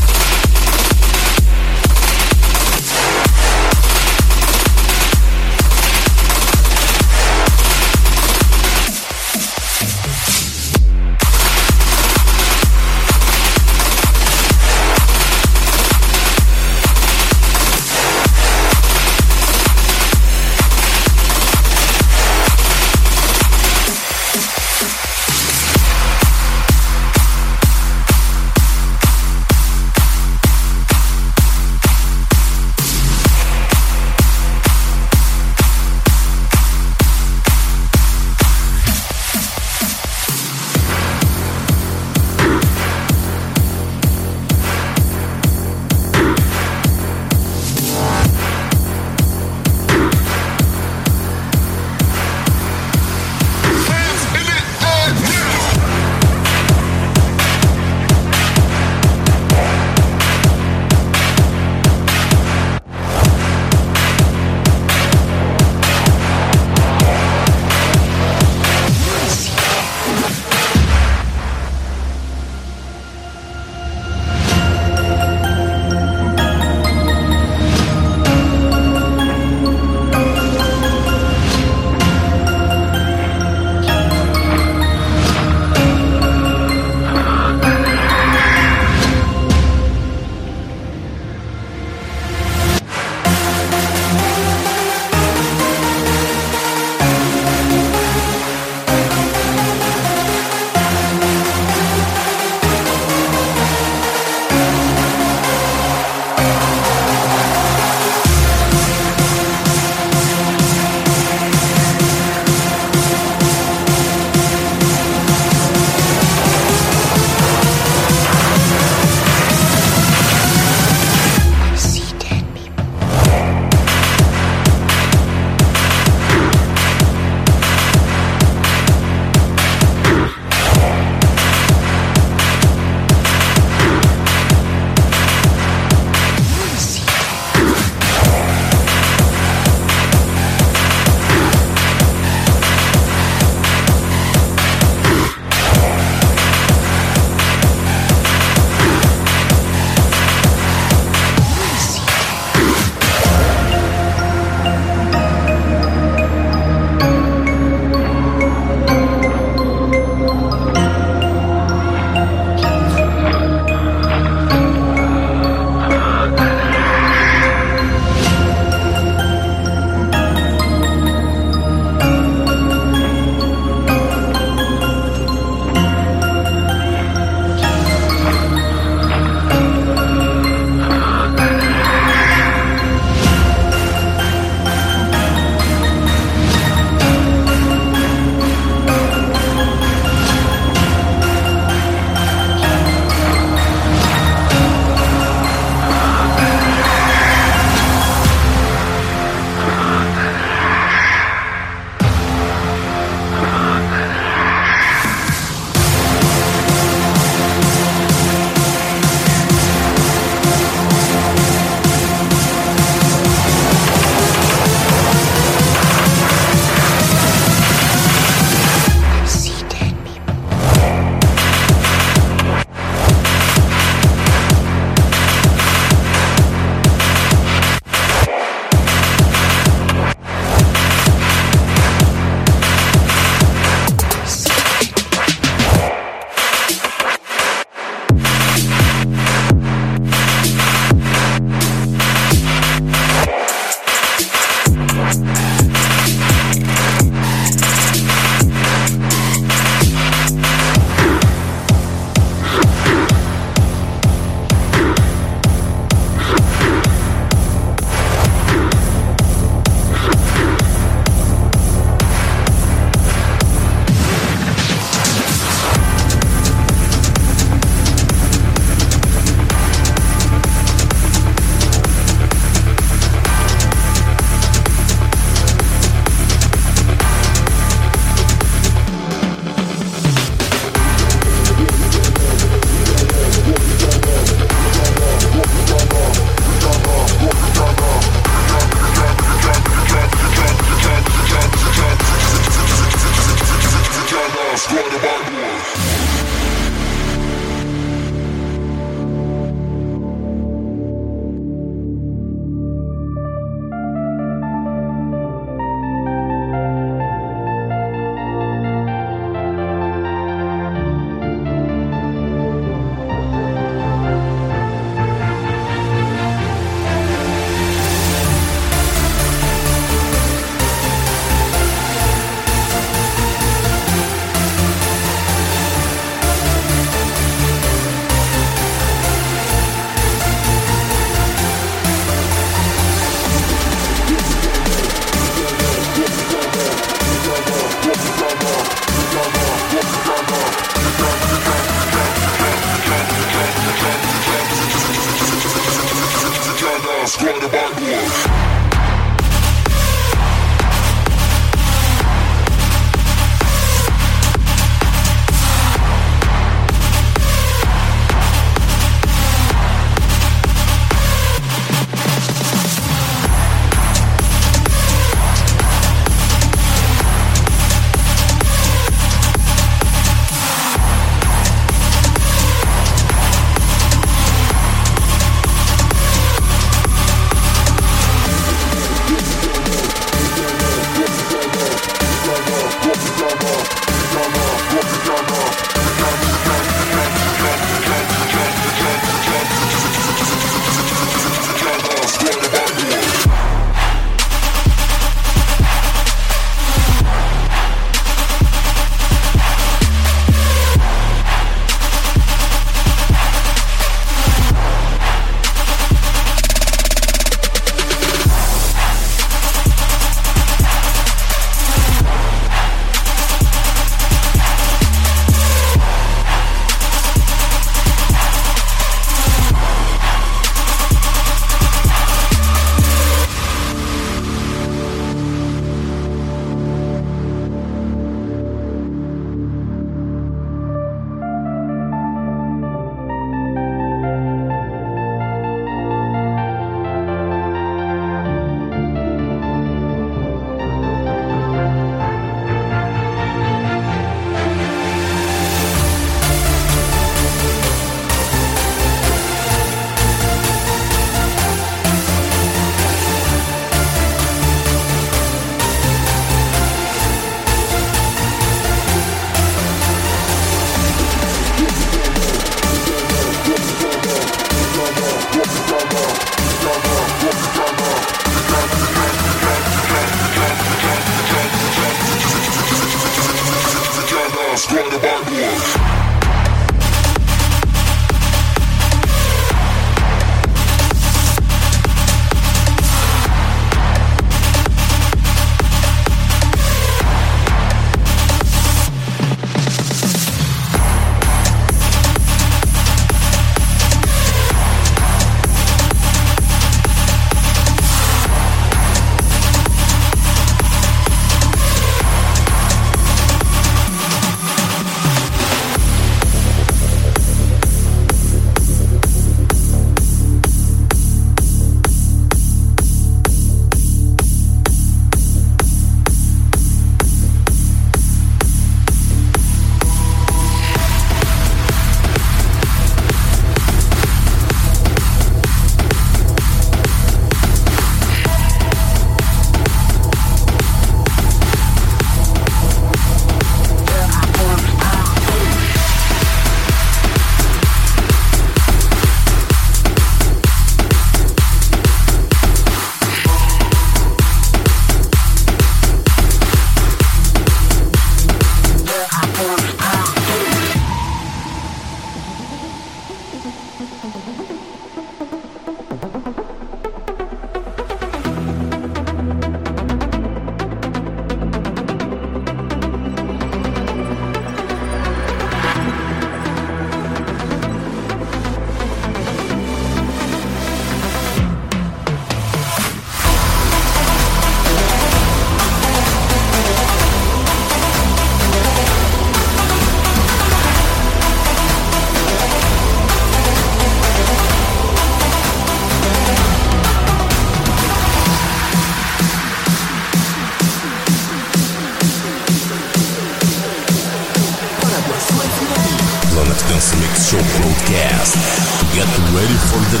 Mix Show broadcast. Get ready for the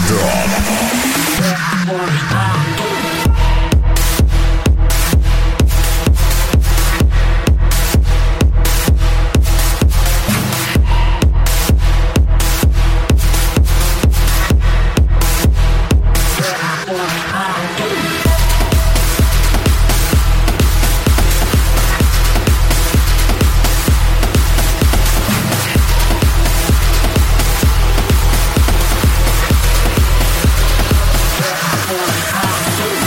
drop. I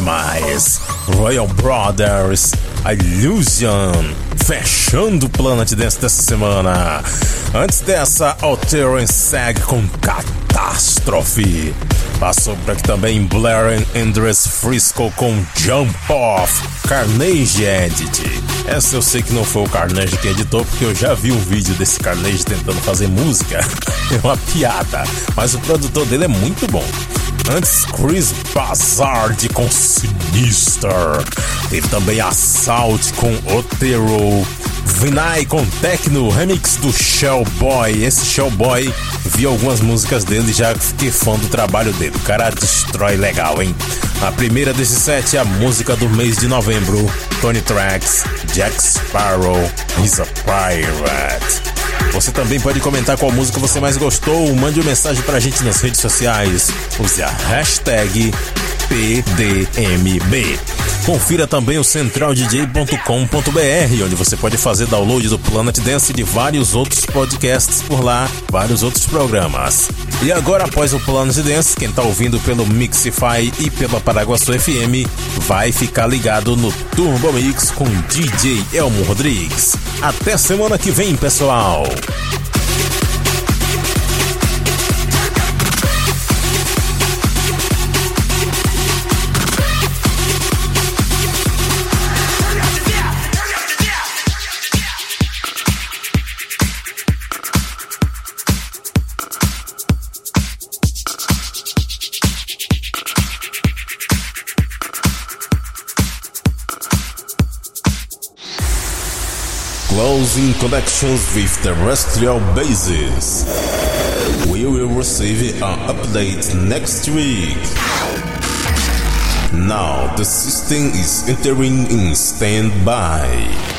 demais. Royal Brothers, Illusion, fechando o Planet Dance dessa semana. Antes dessa, Alter and Sag com Catástrofe. Passou por aqui também Blair and Andres Frisco com Jump Off, Carnage Edit. Essa eu sei que não foi o Carnage que editou, porque eu já vi um vídeo desse Carnage tentando fazer música. É uma piada, mas o produtor dele é muito bom. Antes, Chris Bazard com Sinister. Teve também Assault com Otero. Vinay com Tecno, remix do Shellboy. Esse Shellboy, vi algumas músicas dele e já fiquei fã do trabalho dele. O cara destrói legal, hein? A primeira desse set é a música do mês de novembro, Tony Tracks, Jack Sparrow, He's a Pirate. Você também pode comentar qual música você mais gostou. Mande uma mensagem pra gente nas redes sociais. Use a hashtag P D M B. Confira também o central d j ponto com ponto b r, onde você pode fazer download do Planet Dance e de vários outros podcasts por lá, vários outros programas. E agora, após o Planet Dance, quem tá ouvindo pelo Mixify e pela Paraguaçu F M vai ficar ligado no Turbo Mix com D J Elmo Rodrigues. Até semana que vem, pessoal! Closing connections with terrestrial bases. We will receive an update next week. Now the system is entering in standby.